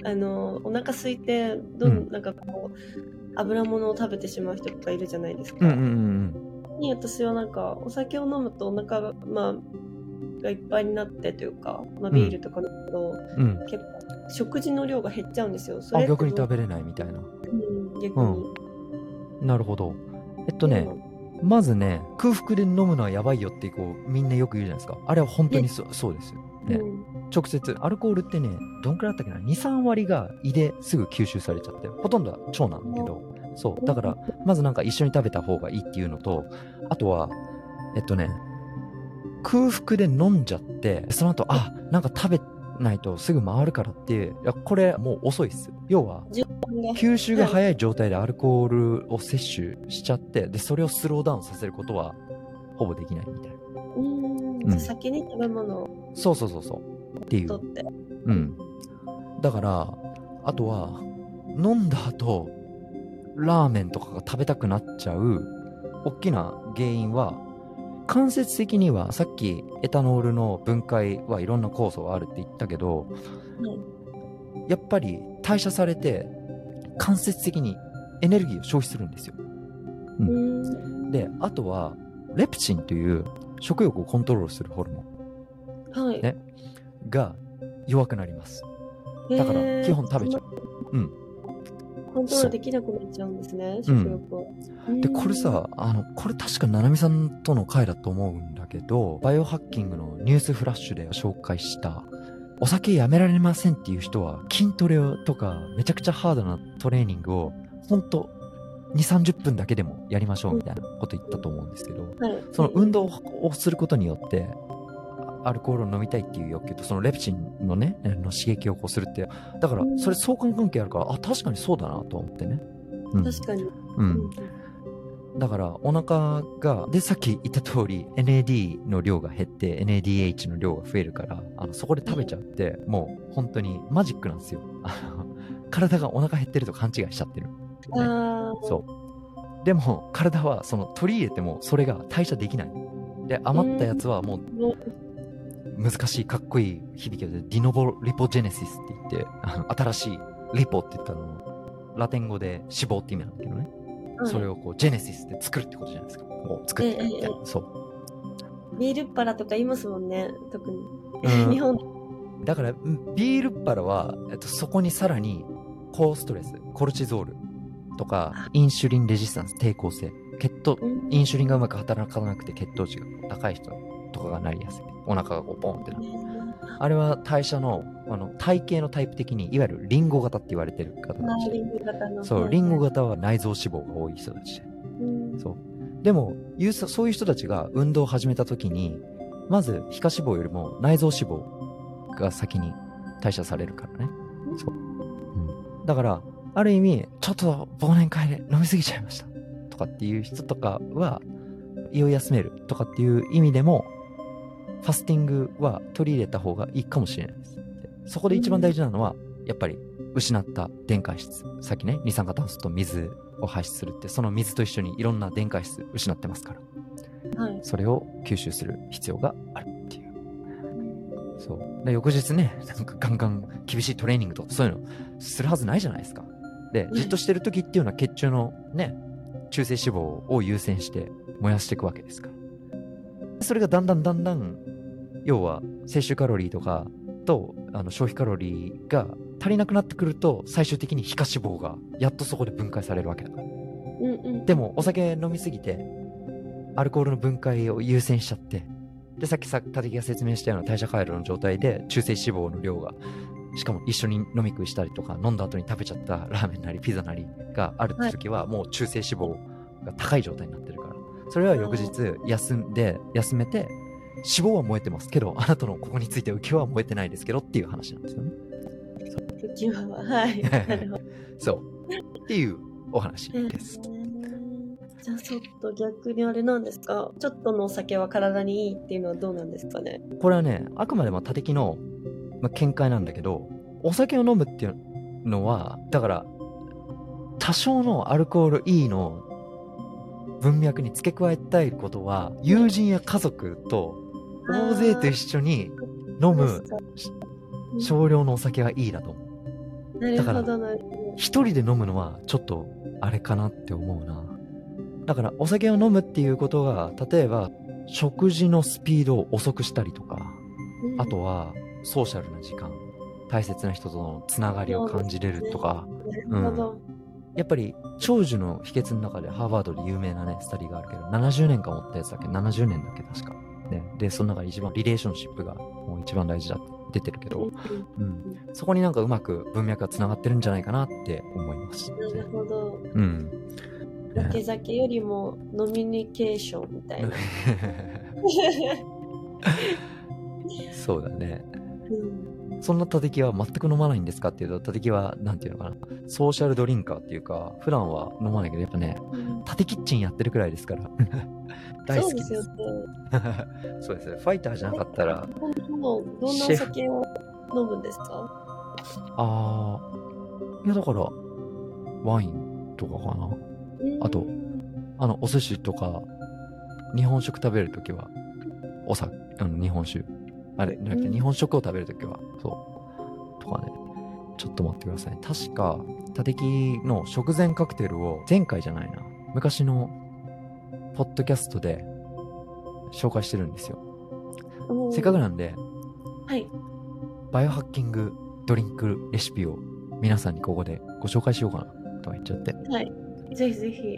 あのお腹空いてどん、うん、なんかこう油物を食べてしまう人とかいるじゃないですか。うんうんうん、に私はなんかお酒を飲むとお腹がまあがいっぱいになってというか、まあ、ビールとかだけど、うん、結構食事の量が減っちゃうんですよ。それあ逆に食べれないみたいな。 うん逆に、 うん、なるほど。えっとね、うん、まずね空腹で飲むのはやばいよってこうみんなよく言うじゃないですか。あれは本当に そ, そうですよね、うん、直接アルコールってねどんくらいだったっけな に,さん 割が胃ですぐ吸収されちゃって、ほとんどは腸なんだけど、うん、そうだからまずなんか一緒に食べた方がいいっていうのと、あとはえっとね空腹で飲んじゃってその後あなんか食べないとすぐ回るからって、いやこれもう遅いっす。要は吸収が早い状態でアルコールを摂取しちゃって、でそれをスローダウンさせることはほぼできないみたいな。 うーん、うん、先に食べ物をそうそうそうそうっていう、うん、 だからあとは飲んだ後ラーメンとかが食べたくなっちゃう大きな原因は、間接的にはさっきエタノールの分解はいろんな酵素があるって言ったけど、 はい、 やっぱり代謝されて間接的にエネルギーを消費するんですよ。うん、であとはレプチンという食欲をコントロールするホルモン、 はいね、が弱くなります。だから基本食べちゃう。うん。 コントロールできなくなっちゃうんですね、食欲を。 うん、でこれさ、あのこれ確かななみさんとの回だと思うんだけど、バイオハッキングのニュースフラッシュで紹介したお酒やめられませんっていう人は筋トレとかめちゃくちゃハードなトレーニングをほんとにじゅうさんじゅっぷんだけでもやりましょうみたいなこと言ったと思うんですけど、 はい、 その運動をすることによってアルコールを飲みたいっていう欲求とそのレプチンのねの刺激をこうするって、だからそれ相関関係あるから、あ確かにそうだなと思ってね、 うん、確かに、 うん、だからお腹がでさっき言った通り エヌエーディー の量が減って エヌエーディーエイチ の量が増えるから、あのそこで食べちゃって、うん、もう本当にマジックなんですよ。体がお腹減ってると勘違いしちゃってる、ね、 あそうでも体はその取り入れてもそれが代謝できないで、余ったやつはもう難しいかっこいい響きでディノボリポジェネシスって言って、あの新しいリポって言ったのラテン語で脂肪って意味なんだけどね、はい、それをこうジェネシスで作るってことじゃないですか。こう作ってみたいな、そうビールっ腹とか言いますもんね、特に、うん、日本だからビールっ腹は、えっと、そこにさらに高ストレスコルチゾールとかインシュリンレジスタンス抵抗性、血糖、うん、インシュリンがうまく働かなくて血糖値が高い人とかがなりやすい、お腹がこうポンってなる、あれは代謝のあの体型のタイプ的にいわゆるリンゴ型って言われてる方たちで、そうリンゴ型は内臓脂肪が多い人たちで、うん、そうでもそういう人たちが運動を始めた時にまず皮下脂肪よりも内臓脂肪が先に代謝されるからね、そう、うん、だからある意味ちょっと忘年会で飲みすぎちゃいましたとかっていう人とかは胃を休めるとかっていう意味でもファスティングは取り入れた方がいいかもしれないです。そこで一番大事なのは、やっぱり失った電解質。さっきね、二酸化炭素と水を排出するって、その水と一緒にいろんな電解質失ってますから。はい。それを吸収する必要があるっていう。そう。で、翌日ね、なんかガンガン厳しいトレーニングとかそういうのするはずないじゃないですか。で、じっとしてる時っていうのは血中のね、中性脂肪を優先して燃やしていくわけですから。それがだんだんだんだん要は摂取カロリーとかとあの消費カロリーが足りなくなってくると最終的に皮下脂肪がやっとそこで分解されるわけだから、うんうん、でもお酒飲みすぎてアルコールの分解を優先しちゃって、でさっきさ立木が説明したような代謝回路の状態で中性脂肪の量がしかも一緒に飲み食いしたりとか飲んだ後に食べちゃったラーメンなりピザなりがある時はもう中性脂肪が高い状態になってるから、それは翌日休んで休めて脂肪は燃えてますけど、あなたのここについて浮き輪は燃えてないですけどっていう話なんですよね。 浮き輪ははいなるほどそうっていうお話です、 えー、じゃあちょっと逆にあれなんですか、ちょっとのお酒は体にいいっていうのはどうなんですかね。 これはねあくまでも立木の、まあ、見解なんだけど、お酒を飲むっていうのはだから多少のアルコール E の文脈に付け加えたいことは友人や家族と大勢と一緒に飲む少量のお酒がいいだと思う。だから一人で飲むのはちょっとあれかなって思うな。だからお酒を飲むっていうことが例えば食事のスピードを遅くしたりとか、うん、あとはソーシャルな時間、大切な人とのつながりを感じれるとか、うん、やっぱり長寿の秘訣の中でハーバードで有名なねスタディがあるけどななじゅうねんかん持ったやつだっけ、ななじゅうねんだっけ確か、ね、でその中で一番リレーションシップがもう一番大事だって出てるけど、うん、そこになんかうまく文脈がつながってるんじゃないかなって思います、ね、 なるほど、 うん、 酒酒よりもノミニケーションみたいなそうだね、 うん、 そんな立木は全く飲まないんですかっていうと、立木はなんていうのかな、ソーシャルドリンカーっていうか普段は飲まないけどやっぱね、うん、立キッチンやってるくらいですから大好きです。そうですよねそうですね、ファイターじゃなかったらどんなお酒を飲むんですか？ あー、いやだからワインとかかな。あとあのお寿司とか日本食食べるときはお酒、あの日本酒あれじゃなくて日本食を食べるときはそうとかね。ちょっと待ってください。確かタテキの食前カクテルを前回じゃないな、昔のポッドキャストで紹介してるんですよ。せっかくなんで、 はい、 バイオハッキングドリンクレシピを皆さんにここでご紹介しようかなとは言っちゃって。 はい、ぜひぜひ。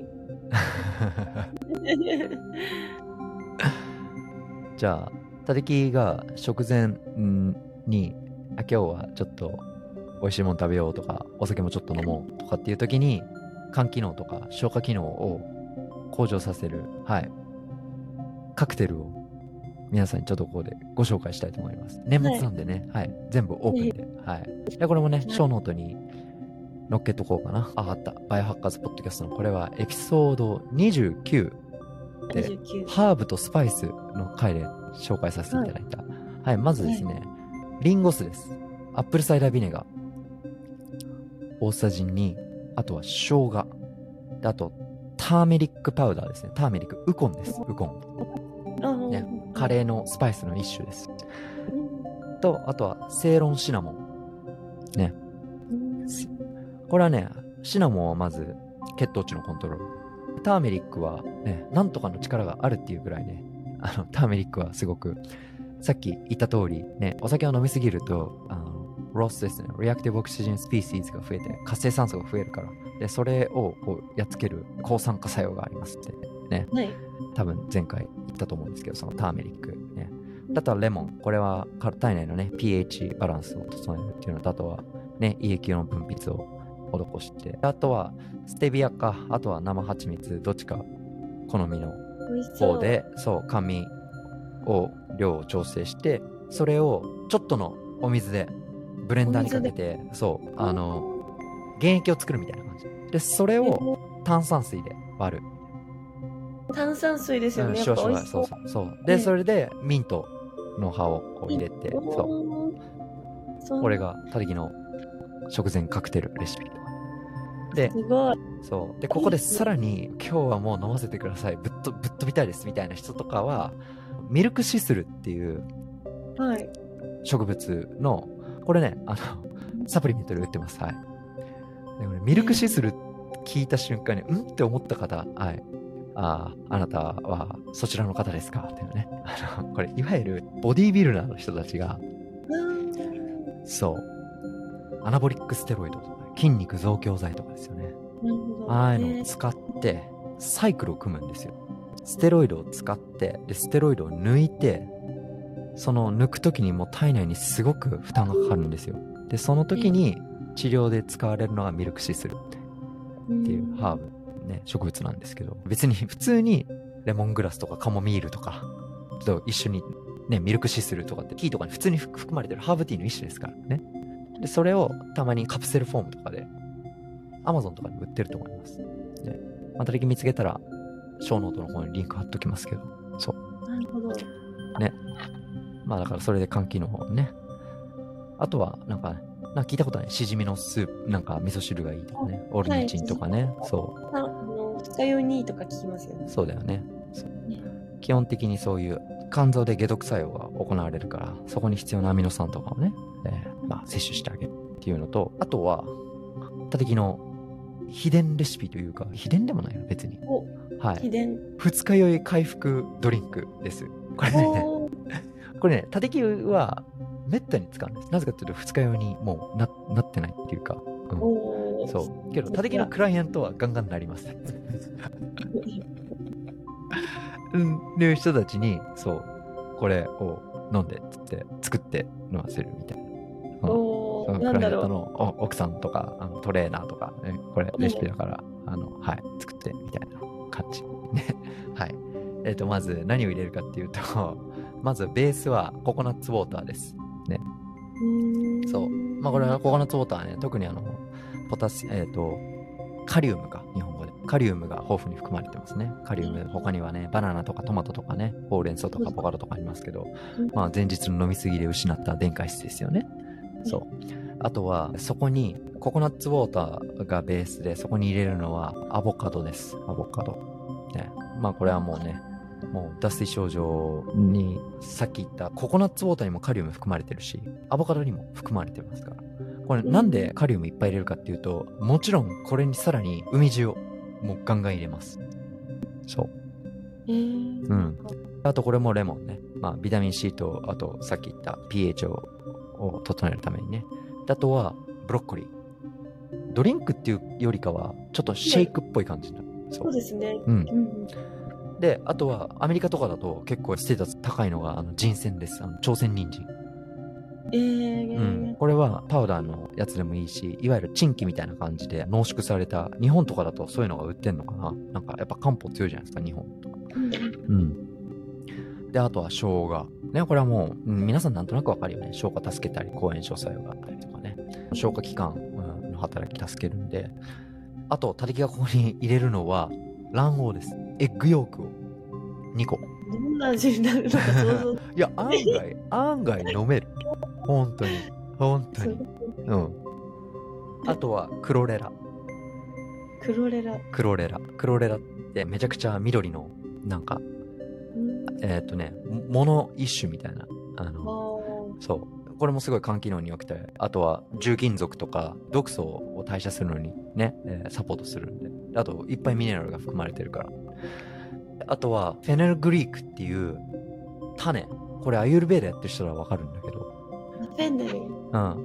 じゃあタテキが食前にあ今日はちょっと美味しいもの食べようとかお酒もちょっと飲もうとかっていう時に肝機能とか消化機能を向上させる、はい、カクテルを皆さんにちょっとここでご紹介したいと思います。年末なんでね、はい、はい、全部オープンで、はい。でこれもね、ショーノートに載っけとこうかな。あ、あった。バイオハッカーズポッドキャストのこれはエピソードにじゅうきゅうで、ハーブとスパイスの回で紹介させていただいた。はい、はい、まずですね、はい、リンゴ酢です。アップルサイダービネガー。大さじに、あとは生姜。であと、ターメリックパウダーですね。ターメリック、ウコンです。ウコン。ね、カレーのスパイスの一種です。と、あとは、セイロンシナモン。ね。これはね、シナモンはまず、血糖値のコントロール。ターメリックは、ね、なんとかの力があるっていうぐらいね、あの、ターメリックはすごく、さっき言った通り、ね、お酒を飲みすぎると、あの、ロスですね、リアクティブオキシジンスピーシーズが増えて、活性酸素が増えるから、で、それをこうやっつける抗酸化作用がありますってね、はい、多分前回言ったと思うんですけど、そのターメリックね。あとはレモン、これは体内のね、pH バランスを整えるっていうのと、あとはね、胃液の分泌を施して、あとはステビアか、あとは生蜂蜜、どっちか好みの方で、そう、甘味を量を調整して、それをちょっとのお水でブレンダーにかけて、そうあの原液を作るみたいな感じで、それを炭酸水で割る。 炭酸水ですよね、うん、やっぱ美味しそう。 そうそうそうで、ね、それでミントの葉をこう入れて、そうこれがタテキの食前カクテルレシピで、 すごい。 そうでここでさらに今日はもう飲ませてください、ぶっとぶっ飛びたいですみたいな人とかはミルクシスルっていう植物の、はい、これね、あのサプリメントで売ってます。はい。でもね、ミルクシスル聞いた瞬間に、うんって思った方、はい。ああ、あなたはそちらの方ですかっていうね。あの、これ、いわゆるボディービルダーの人たちが、そう、アナボリックステロイドとか、筋肉増強剤とかですよね。ああいうのを使って、サイクルを組むんですよ。ステロイドを使って、で、ステロイドを抜いて、その抜くときにもう体内にすごく負担がかかるんですよ。で、その時に治療で使われるのがミルクシスルっていうハーブ、ね、植物なんですけど、別に普通にレモングラスとかカモミールとかと一緒にね、ミルクシスルとかってティーとかに普通に含まれてるハーブティーの一種ですからね。で、それをたまにカプセルフォームとかで Amazon とかに売ってると思います。ね、また見つけたらショーノートの方にリンク貼っときますけど、そう。 なるほど。 ね。まあだからそれで肝機能をね。あとはなんか、なんか聞いたことないしじみのスープ、なんか味噌汁がいいとかね。オルニチンとかね。はい、そう。 あの、二日酔いにとか聞きますよね。 そうだよね。そうね、基本的にそういう肝臓で解毒作用が行われるから、そこに必要なアミノ酸とかをね、えー、まあ摂取してあげるっていうのと、あとは、タテキの秘伝レシピというか、秘伝でもないよ、別に。はい。秘伝。二日酔い回復ドリンクです。これね。これね、タテキはめったに使うんです。なぜかというと二日酔いにもう な, なってないっていうか、うん、そうけどタテキのクライアントはガンガンなりますうんいう人たちにそうこれを飲んでっつって作って飲ませるみたいな、うん、そのクライアントの奥さんとかあのトレーナーとか、ね、これレシピだから、うん、あのはい作ってみたいな感じねはい。えっとまず何を入れるかっていうとまずベースはココナッツウォーターですね。そう。まあこれはココナッツウォーターね、特にあのポタスえっとカリウムか日本語でカリウムが豊富に含まれてますね。カリウム他にはねバナナとかトマトとかねほうれん草とかアボカドとかありますけど、まあ前日の飲みすぎで失った電解質ですよね。 そう。あとは、そこにココナッツウォーターがベースで、そこに入れるのはアボカドです。アボカド。ね。まあこれはもうね、もう脱水症状に、さっき言ったココナッツウォーターにもカリウム含まれてるし、アボカドにも含まれてますから。これなんでカリウムいっぱい入れるかっていうと、もちろんこれにさらに海塩もうガンガン入れます。そう。 えー、 うん。あとこれもレモンね。まあビタミン C と、あとさっき言った pH を, を整えるためにね。あとはブロッコリー。ドリンクっていうよりかはちょっとシェイクっぽい感じになる。 そう、そうですね。 うん。 うん、 で、あとはアメリカとかだと結構ステータス高いのがあの人参です。あの朝鮮人参。 えー、 うん、これはパウダーのやつでもいいし、いわゆるチンキみたいな感じで濃縮された、日本とかだとそういうのが売ってんのかな。なんかやっぱ漢方強いじゃないですか、日本とか。 うん。 うん。で、あとは生姜。ね、これはもう、うん、皆さんなんとなくわかるよね。生姜助けたり、抗炎症作用があったりとかね。消化器官の働き助けるんで。あと、たてきがここに入れるのは、卵黄です。エッグヨークをにこ。 どんな味になるのか想像。 いや、案外、案外飲める。本当に。本当に。うん。あとは、クロレラ。 クロレラ。 クロレラ。クロレラってめちゃくちゃ緑の、なんか、うん、えー、っとね、もの一種みたいな。あの、あそう。これもすごい肝機能に良くて、あとは重金属とか毒素を代謝するのにね、えー、サポートするんで。あと、いっぱいミネラルが含まれてるから。あとは、フェネルグリークっていう種。これアユルベーダやってる人はわかるんだけど。 フェネル。うん。 はい。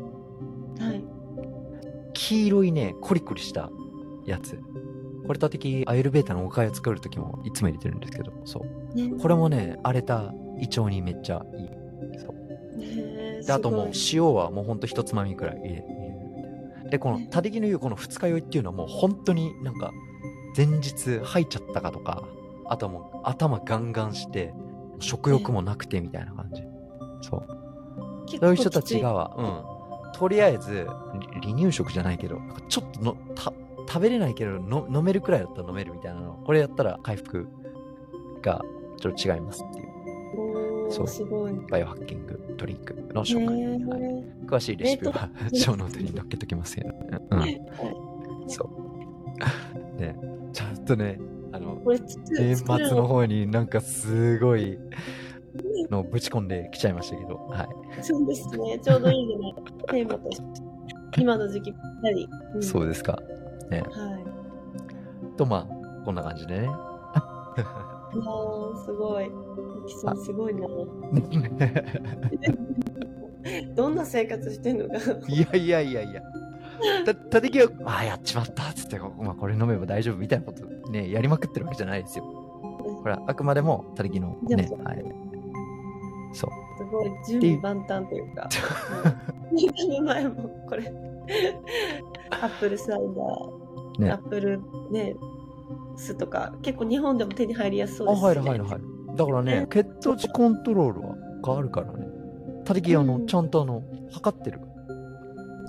黄色いね、コリコリしたやつ。これたてきアユルベーダのおかゆを作るときもいつも入れてるんですけど、そう。ね、これもね、荒れた胃腸にめっちゃいい。そう。 ね、 で、あともう塩はもうほんと一つまみくらい入れるみたいな。で、このたてきの言うこの二日酔いっていうのはもう本当になんか前日吐いちゃったかとか、あとはもう頭ガンガンして食欲もなくてみたいな感じ。そう。そういう人たちが、うん。とりあえず、離乳食じゃないけど、ちょっとのた食べれないけどの飲めるくらいだったら飲めるみたいなの。これやったら回復がちょっと違いますっていう。そう。 すごい。 バイオハッキングドリンクの紹介。はい、詳しいレシピはショーノートに載っけときますけど。うん。そう。ね、ちゃんとね、あの、年末の方になんかすごい、のぶち込んできちゃいましたけど、はい。 そうですね。ちょうどいいんじゃないテーマとして。今の時期ぴったり、 うん。そうですか。ね。 はい。 と、まあ、こんな感じでね。 いやー、すごい。キさんすごいな。どんな生活してんのか。 いやいやいやいや。た、たてきは、ああ、やっちまったっつって、まあ、これ飲めば大丈夫みたいなことね、やりまくってるわけじゃないですよ。これはあくまでも、たてきのね、はい。そう。 すごい、準備万端というか。見た目前も、これ、アップルサイダー、ね、アップルね、酢とか、結構日本でも手に入りやすそうですね。 あ、入る入る入る。だからね、血糖値コントロールは変わるからね。たてきあの、うん、ちゃんとあの、測ってるから。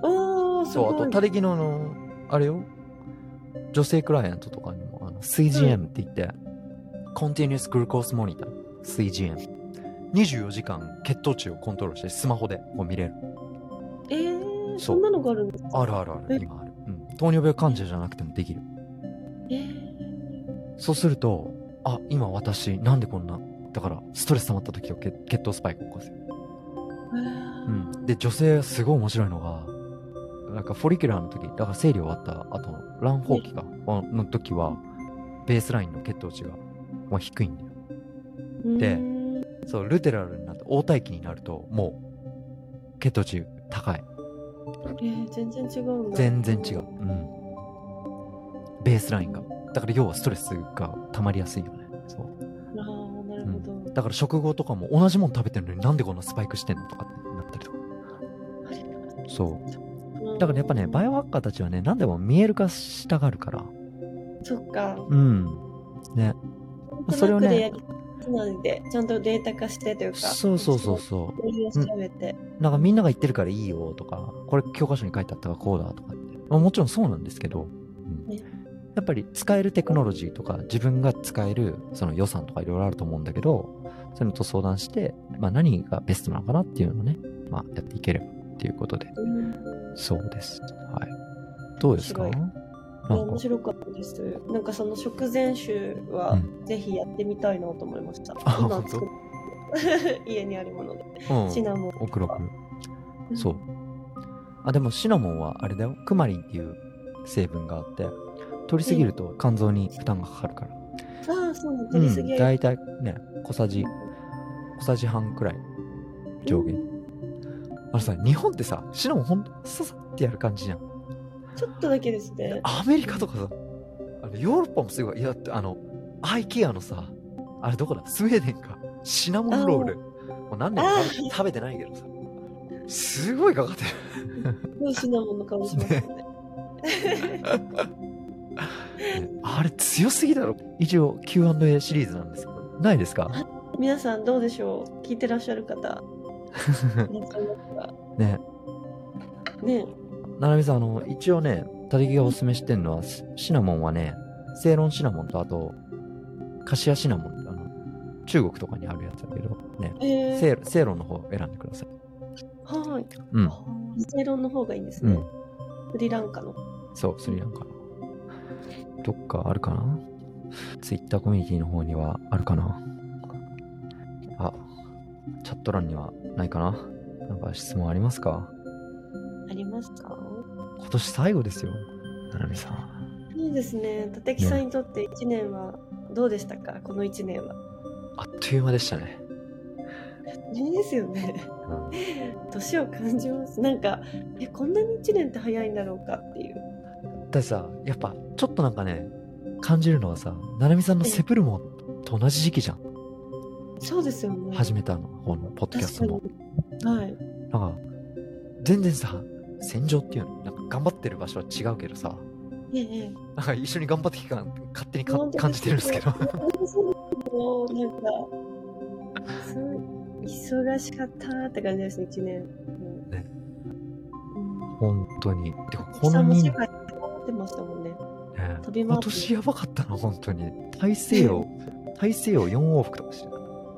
おー、 そう、あと、たてきのあの、あれよ、女性クライアントとかにも、あの、シージーエム って言って、うん、Continuous Glucose Monitor、シージーエム。にじゅうよじかん血糖値をコントロールしてスマホでこう見れる。 えー、そんなのがあるんですか？ あるあるある、今ある。うん。糖尿病患者じゃなくてもできる。 えー、 そうすると、あ、今私、なんでこんな、だから、ストレス溜まった時は血血糖スパイクを起こすよ。 えー、 うん。で、女性すごい面白いのが、なんかフォリキュラーの時、だから生理終わった後の卵胞期が、の時は、ベースラインの血糖値が、まあ、低いんだよ。で、そう、ルテラルになって、黄体期になると、もう、血糖値高い。 えー、全然違うんだ。 全然違う。うん。ベースラインが。だから要はストレスが溜まりやすいよね。そう。 ああ、なるほど、うん。 だから食後とかも同じもの食べてるのになんでこんなスパイクしてんのとかってなったりとか。そう。だからやっぱね、バイオハッカーたちはね、何でも見える化したがるから。 そっか。 うん。ね。それをね。 なんでちゃんとデータ化してというか、 そうそうそうそう、 調べて、 うん、なんかみんなが言ってるからいいよとか、これ教科書に書いてあったからこうだとかって、まあ、もちろんそうなんですけど、うんね、やっぱり使えるテクノロジーとか自分が使えるその予算とかいろいろあると思うんだけど、そういうのと相談して、まあ、何がベストなのかなっていうのをね、まあ、やっていければっていうことで、 うん、 そうです。はい。どうですか？ 面白い。いや、面白かったです。なんかその食前酒はぜひやってみたいなと思いました。 あ、 今本当？ 作っ家にあるもので。 うん。 シナモン。 奥六。 うんそう。あ、でもシナモンはあれだよ。クマリンっていう成分があって、取りすぎると肝臓に負担がかかるから。 ああ、そうなんだ。 う取りすぎん。 はだいたいね、小さじ、小さじ半くらい上限。 うんあのさ、日本ってさ、シナモンほんとささってやる感じじゃん。 ちょっとだけですね。 アメリカとかさ、あのヨーロッパもすごい。いや、だってあの、アイケアのさ、あれどこだ？スウェーデンか。シナモンロール。もう何年も食べ食べてないけどさ。すごいかかってる。 すごいシナモンの香りしますよね。 ねあれ強すぎだろ。一応 キューアンドエー シリーズなんですけど。ないですか？ 皆さんどうでしょう？聞いてらっしゃる方。いらっしゃいますか？ ね。 ね。 ななみさん、あの、一応ね、たてきがおすすめしてんのは、シナモンはね、セイロンシナモンと、あと、カシアシナモン、あの、中国とかにあるやつだけど、ね、 えー、 セイロセイロンの方を選んでください。 はい。 うん。 セイロンの方がいいんですね。 うん。 スリランカの。 そう、スリランカの。どっかあるかな？ツイッターコミュニティの方にはあるかな？あ、チャット欄にはないかな？なんか質問ありますか？ ありますか？ 今年最後ですよ、ななみさん。 いいですね。立木さんにとっていちねんはどうでしたか？このいちねんは。 あっという間でしたね。 いいですよね。年を感じます。なんか、え、こんなにいちねんって早いんだろうかっていう。 だってさ、やっぱちょっとなんかね、感じるのはさ、ななみさんのセプルモと同じ時期じゃん。 そうですよね。 始めたの、このポッドキャストも。 はい。 なんか、全然さ、戦場っていうの、なんか頑張ってる場所は違うけどさ、 ええ、 なんか一緒に頑張ってきた勝手にか感じてるんですけど。 もうなんか、す忙しかったーって感じですね、いちねん。 ね。 うん、 本当に。てか、 この人。世この人、 界ってましたもんね。 ね、 飛び回って今年やばかったの、本当に。大西洋、大西洋よん往復とかしてた。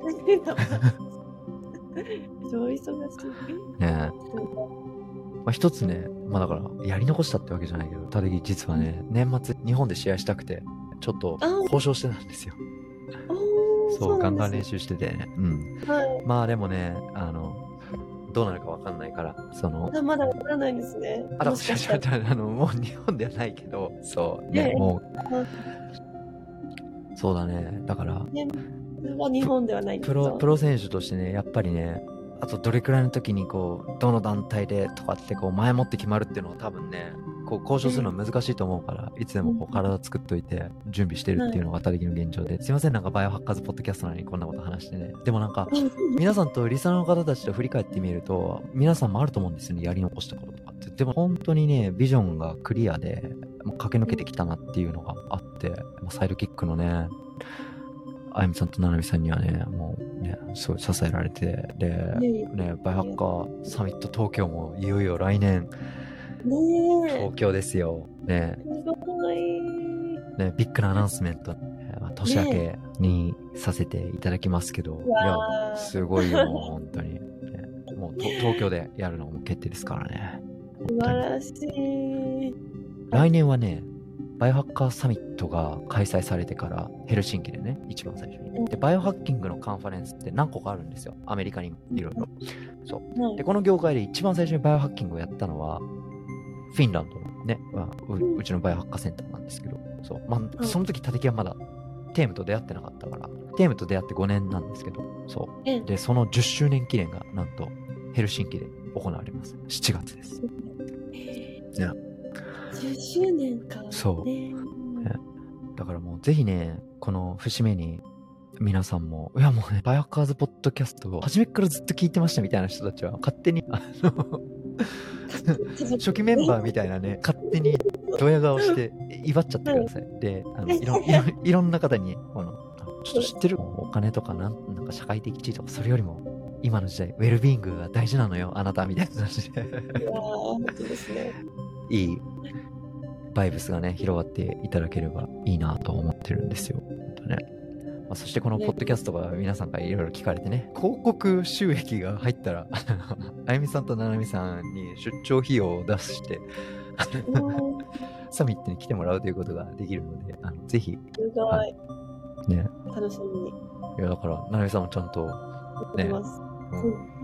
超忙しい。 ねえ。まあ、一つね、まあだから、やり残したってわけじゃないけど、たてき実はね、年末日本で試合したくて、ちょっと交渉してたんですよ。そう、そうガンガン練習しててね。うん。はい、まあでもね、あの、どうなるかわかんないから、その。 あ、まだわからないんですね。 あ、もしかしたら、あの、もう日本ではないけど、そうね、ねもう、そうだね、だから、 ね、は日本ではないんですか？ プロ、プロ選手としてね、やっぱりね、あとどれくらいの時にこう、どの団体でとかってこう、前もって決まるっていうのは多分ね、こう交渉するのは難しいと思うから、いつでもこう体作っといて準備してるっていうのがたてきの現状で、すいません、なんかバイオハッカーズポッドキャストなのにこんなこと話してね。でもなんか、皆さんとリサーの方たちと振り返ってみると、皆さんもあると思うんですよね、やり残したこととかって。でも本当にね、ビジョンがクリアで、もう駆け抜けてきたなっていうのがあって、サイドキックのね、あゆみさんとななみさんにはね、もうね、すごい支えられて、で、ね、バイオハッカーサミット東京もいよいよ来年、ね、東京ですよ。ね。すごい。ね、ビッグなアナウンスメント、まあ、年明けにさせていただきますけど、ね、いや、すごいよ、本当に。ね、もう東京でやるのも決定ですからね。 素晴らしい。 来年はね、バイオハッカーサミットが開催されてからヘルシンキでね、一番最初に。で、バイオハッキングのカンファレンスって何個かあるんですよ。アメリカにもいろいろ。そう。で、この業界で一番最初にバイオハッキングをやったのは、フィンランドのね、まあ、う, うちのバイオハッカーセンターなんですけど、そう。まあ、その時、たてきはまだテームと出会ってなかったから、テームと出会ってごねんなんですけど、そう。で、そのじゅっしゅうねん記念がなんとヘルシンキで行われます。しちがつです。ね。 じゅっしゅうねんか。 そう、ね。だからもうぜひね、この節目に皆さんも、いやもうね、バイオハッカーズポッドキャストを初めからずっと聞いてましたみたいな人たちは勝手に、あの、初期メンバーみたいなね、勝手にドヤ顔して威張っちゃってください。で、あのいろいろいろんな方に、このちょっと知ってる？お金とかなん、なんか社会的地位とか、それよりも今の時代、ウェルビーイングが大事なのよ、あなたみたいな感じで。いやー、 本当ですね。 いいバイブスがね、広がっていただければいいなと思ってるんですよ。本当ね。まあ、そしてこのポッドキャストが皆さんからいろいろ聞かれてね、広告収益が入ったら、あゆみさんとななみさんに出張費用を出して、サミットに来てもらうということができるので、あのぜひ。 すごい。はい、ね。楽しみに。 いや、だから、ななみさんもちゃんと、ね、うん、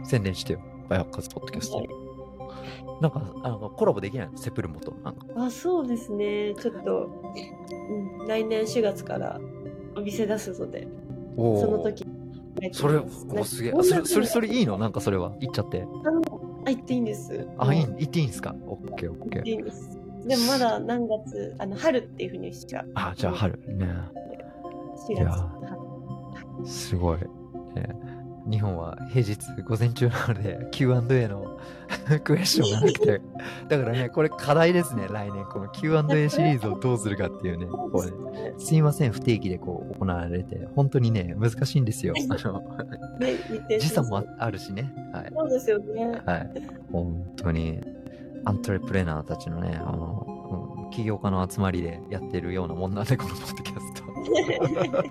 宣伝してよ。バイオハッカーズポッドキャスト。はい、なんか、あのコラボできないのセプルモと。なんかあ、そうですね。ちょっと、うん、来年しがつからお店出すので、その時。 それ、おすげえ。それ、それ、それいいのなんかそれは。言っちゃって。 あ、行っていいんです。 あ、いい、行っていいんですか？オッケーオッケー。 行っていいんです。でもまだ何月、あの、春っていうふうにしか。 あ、じゃあ春ね。 しがつ。すごい。ね、日本は平日午前中なので キューアンドエー のクエスチョンがなくて。だからね、これ課題ですね、来年。この キューアンドエー シリーズをどうするかっていうね。これすいません、不定期でこう行われて、本当にね、難しいんですよ。あの、ね、時差もあるしね。はい。 そうですよね。 はい。本当に、アントレプレナーたちのね、あの、起業家の集まりでやってるようなもんなんで、このポッドキャスト。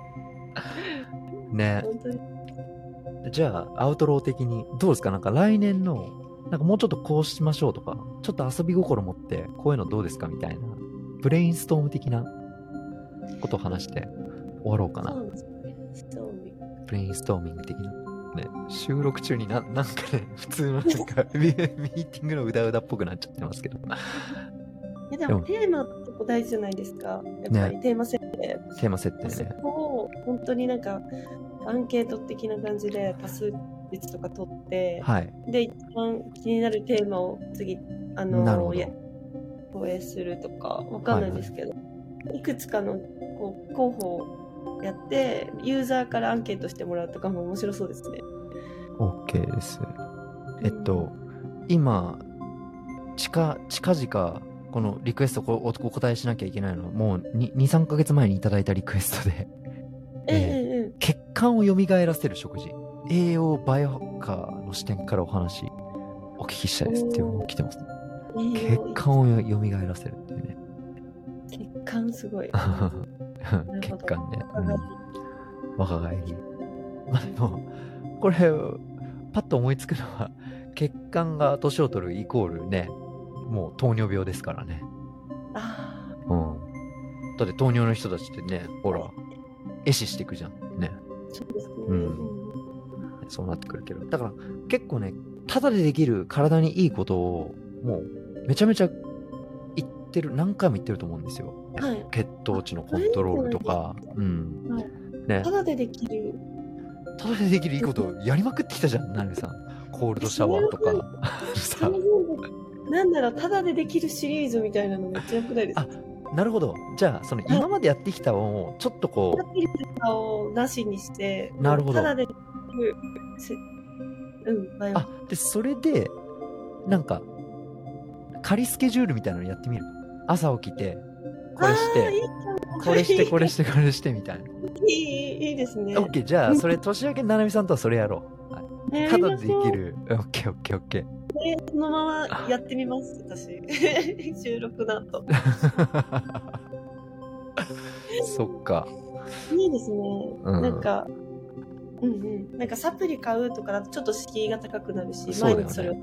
ね。本当に。じゃあ、アウトロー的に、どうですか？なんか来年の、なんかもうちょっとこうしましょうとか、ちょっと遊び心持って、こういうのどうですかみたいな、ブレインストーム的なことを話して終わろうかな。そうですね。ブレインストーミング的な。ね、収録中にな、なんかね、普通のなんかミーティングのうだうだっぽくなっちゃってますけど。 いやでもテーマってこ大事じゃないですか。やっぱりテーマ設定。ね、 テーマ設定ね。 そこを本当になんかアンケート的な感じで多数率とか取って、はい、で一番気になるテーマを次あのや放映するとかわかんないんですけど、はいはい、いくつかのこう候補をやってユーザーからアンケートしてもらうとかも面白そうですね。 OK です。えっと、うん、今近近々このリクエストをお答えしなきゃいけないのはもうに、さんかげつまえにいただいたリクエストで、えーえー、血管を蘇らせる食事、栄養バイオハッカーの視点からお話お聞きしたいですっていうのが来てます、ね、血管を蘇らせるっていうね。 血管すごい。 血管ね。うん、若返り。まあでもこれパッと思いつくのは血管が年を取るイコールね、もう糖尿病ですからね。ああ。うん。だって糖尿の人たちってね、ほら、壊死していくじゃん。ね。 そうですね。 うん。そうなってくるけど。だから結構ね、ただでできる体にいいことを、もうめちゃめちゃ言ってる、何回も言ってると思うんですよ。はい。血糖値のコントロールとか。うん。はい。ね。 ただでできる。 ただでできるいいことをやりまくってきたじゃん、なるみさん。コールドシャワーとか。さ。 なんだろう、ただでできるシリーズみたいなのめっちゃよくないですか？ あ、なるほど。じゃあ、その今までやってきたのを、ちょっとこう。 やってきたをなしにして、 なるほど。 ただでできる、うん、バイオ。 あ、で、それで、なんか、仮スケジュールみたいなのやってみる。朝起きて、これして、いいこれして、これして、これして、みたいな。 いい、いいですね。 オッケー、じゃあ、それ、年明けななみさんとはそれやろう。はい、ただでできる。オッケー、オッケー、オッケー。 そのままやってみます、私。収録だと。 そっか。 いいですね。うん、なんか、うんうん。なんかサプリ買うとかだとちょっと敷居が高くなるし、毎日それを、うん、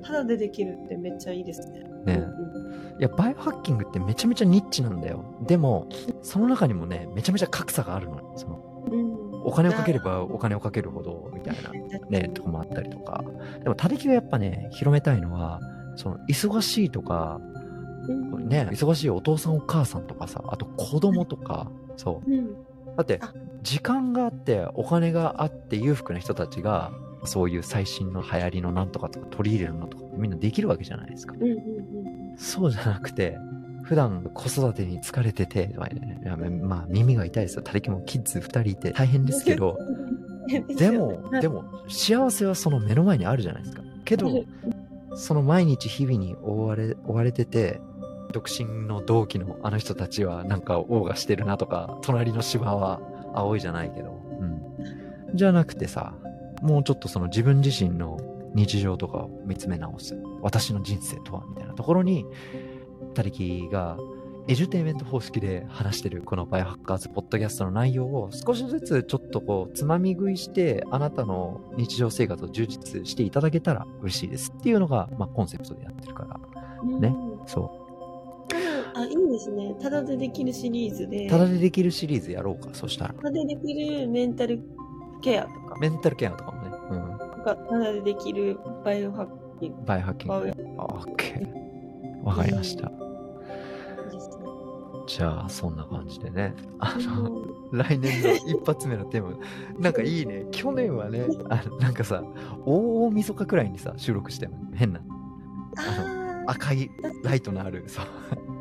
ただでできるってめっちゃいいですね。ね、 うん、いや、バイオハッキングってめちゃめちゃニッチなんだよ。でも、その中にもね、めちゃめちゃ格差があるの。そのお金をかければお金をかけるほどみたいなねとこもあったりとか。でも他力がやっぱね広めたいのはその忙しいとか、うん、ね忙しいお父さんお母さんとかさ、あと子供とか、そう、うん、だって時間があってお金があって裕福な人たちがそういう最新の流行りのなんとかとか取り入れるのとかみんなできるわけじゃないですか。うんうんうん、そうじゃなくて。普段子育てに疲れてて、まあ耳が痛いですよ。他力もキッズふたりいて大変ですけど、でも、でも幸せはその目の前にあるじゃないですか。けど、その毎日日々に追われ、追われてて、独身の同期のあの人たちはなんか謳歌してるなとか、隣の芝は青いじゃないけど、うん。じゃなくてさ、もうちょっとその自分自身の日常とかを見つめ直す。私の人生とはみたいなところに、他力がエジュテイメント方式で話してるこのバイオハッカーズポッドキャストの内容を少しずつちょっとこうつまみ食いしてあなたの日常生活を充実していただけたら嬉しいですっていうのが、まあ、コンセプトでやってるからね。そう。 あ、いいですね。ただでできるシリーズで。 ただでできるシリーズやろうか、そしたら。 ただでできるメンタルケアとか。 メンタルケアとかもね。うん。 ただでできるバイオハッキング。 バイオハッキング。オッケー。わかりました。じゃあそんな感じでね、あの、うん、来年の一発目のテーマなんかいいね。去年はね、あのなんかさ大晦日くらいにさ収録したよね。変なあの赤いライトのあるそう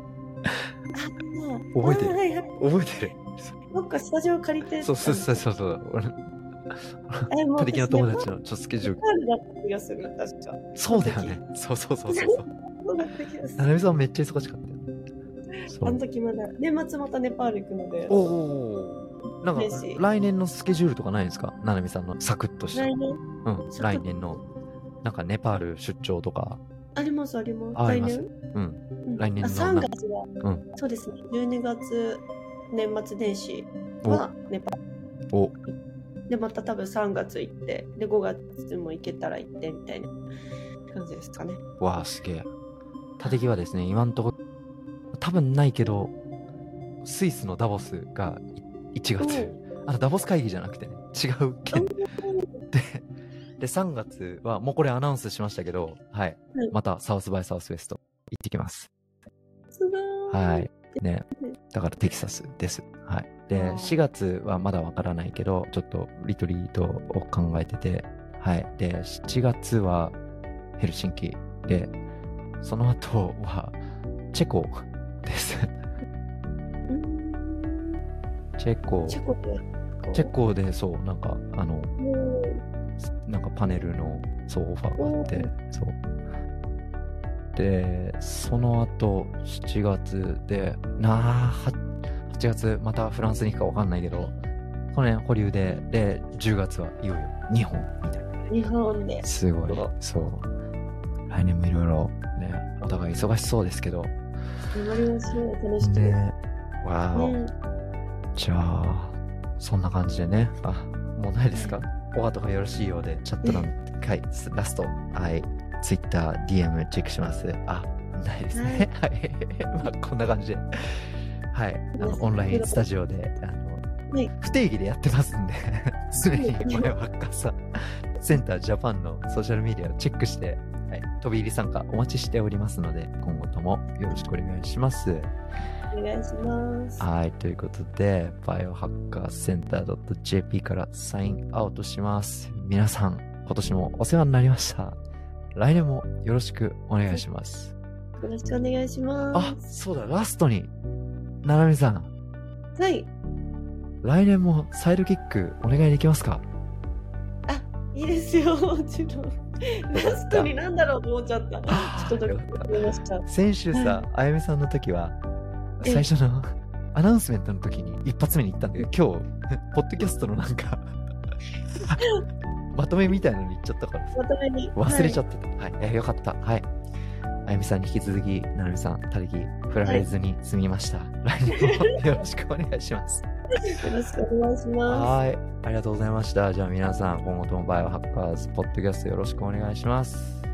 覚えてる、はいはい、覚えてる。 なんかスタジオ借りてそうそうそうそうそう俺他力の友達のちょっとスケジュールだった気がする。確かそうだよね。そうそうそうそうそうななみさんめっちゃ忙しかったよ。 あの時まだ年末またネパール行くので。 おお。なんか来年のスケジュールとかないんですか、ななみさんのサクッとした。 来年うん来年のなんかネパール出張とか。 ありますあります。 あります。うん。うん、来年のさんがつは、うん、そうですね。じゅうにがつ年末年始はネパール。 お。 でまた多分さんがつ行ってでごがつも行けたら行ってみたいな感じですかね。 わあすげえ。立木はですね今んとこ多分ないけどスイスのダボスがいちがつ、あのダボス会議じゃなくてね違う県ででさんがつはもうこれアナウンスしましたけど、はい、はい、またサウスバイサウスウェスト行ってきます。 すごい。 はいね、だからテキサスです。はい。でしがつはまだわからないけどちょっとリトリートを考えてて、はい。でしちがつはヘルシンキでその後はチェコですチェコチェコでチェコでそうなんかあのなんかパネルのそうオファーがあってそうでその後しちがつでなあはちがつまたフランスに行くか分かんないけどこの辺保留ででじゅうがつはいよいよ日本みたいな日本ですごいそう来年もいろいろねお互い忙しそうですけど頑張りましょう。楽しみ。 ね、わー、ね、じゃあそんな感じでね。あ、もうないですか？お後がよろしいようでチャット欄回ラストはいツイッター ディーエム チェックします。あ、ないですね。はい。まあこんな感じではい、あのオンラインスタジオであの、はい、不定期でやってますんで常にこれはッカーさんセンタージャパンのソーシャルメディアをチェックして。はい、飛び入り参加お待ちしておりますので今後ともよろしくお願いします。 お願いします。 はいということでバイオハッカーセンター .jp からサインアウトします。皆さん今年もお世話になりました。来年もよろしくお願いします。 よろしくお願いします。 あ、そうだラストにななみさん、 はい、 来年もサイドキックお願いできますか？ あ、いいですよ。もちろんラストに何だろうと思っちゃった。ちょっとドキドキしました。 先週さ、はい、あやみさんの時は最初のアナウンスメントの時に一発目に言ったんだけど今日ポッドキャストのなんかまとめみたいなのに言っちゃったからまとめに忘れちゃってた。はい、はい、よかった。はい、あやみさんに引き続きななみさんたりき振られずに済みました。はい、来年もよろしくお願いします。 よろしくお願いします。 はい、ありがとうございました。じゃあ皆さん今後ともバイオハッカーズポッドキャストよろしくお願いします。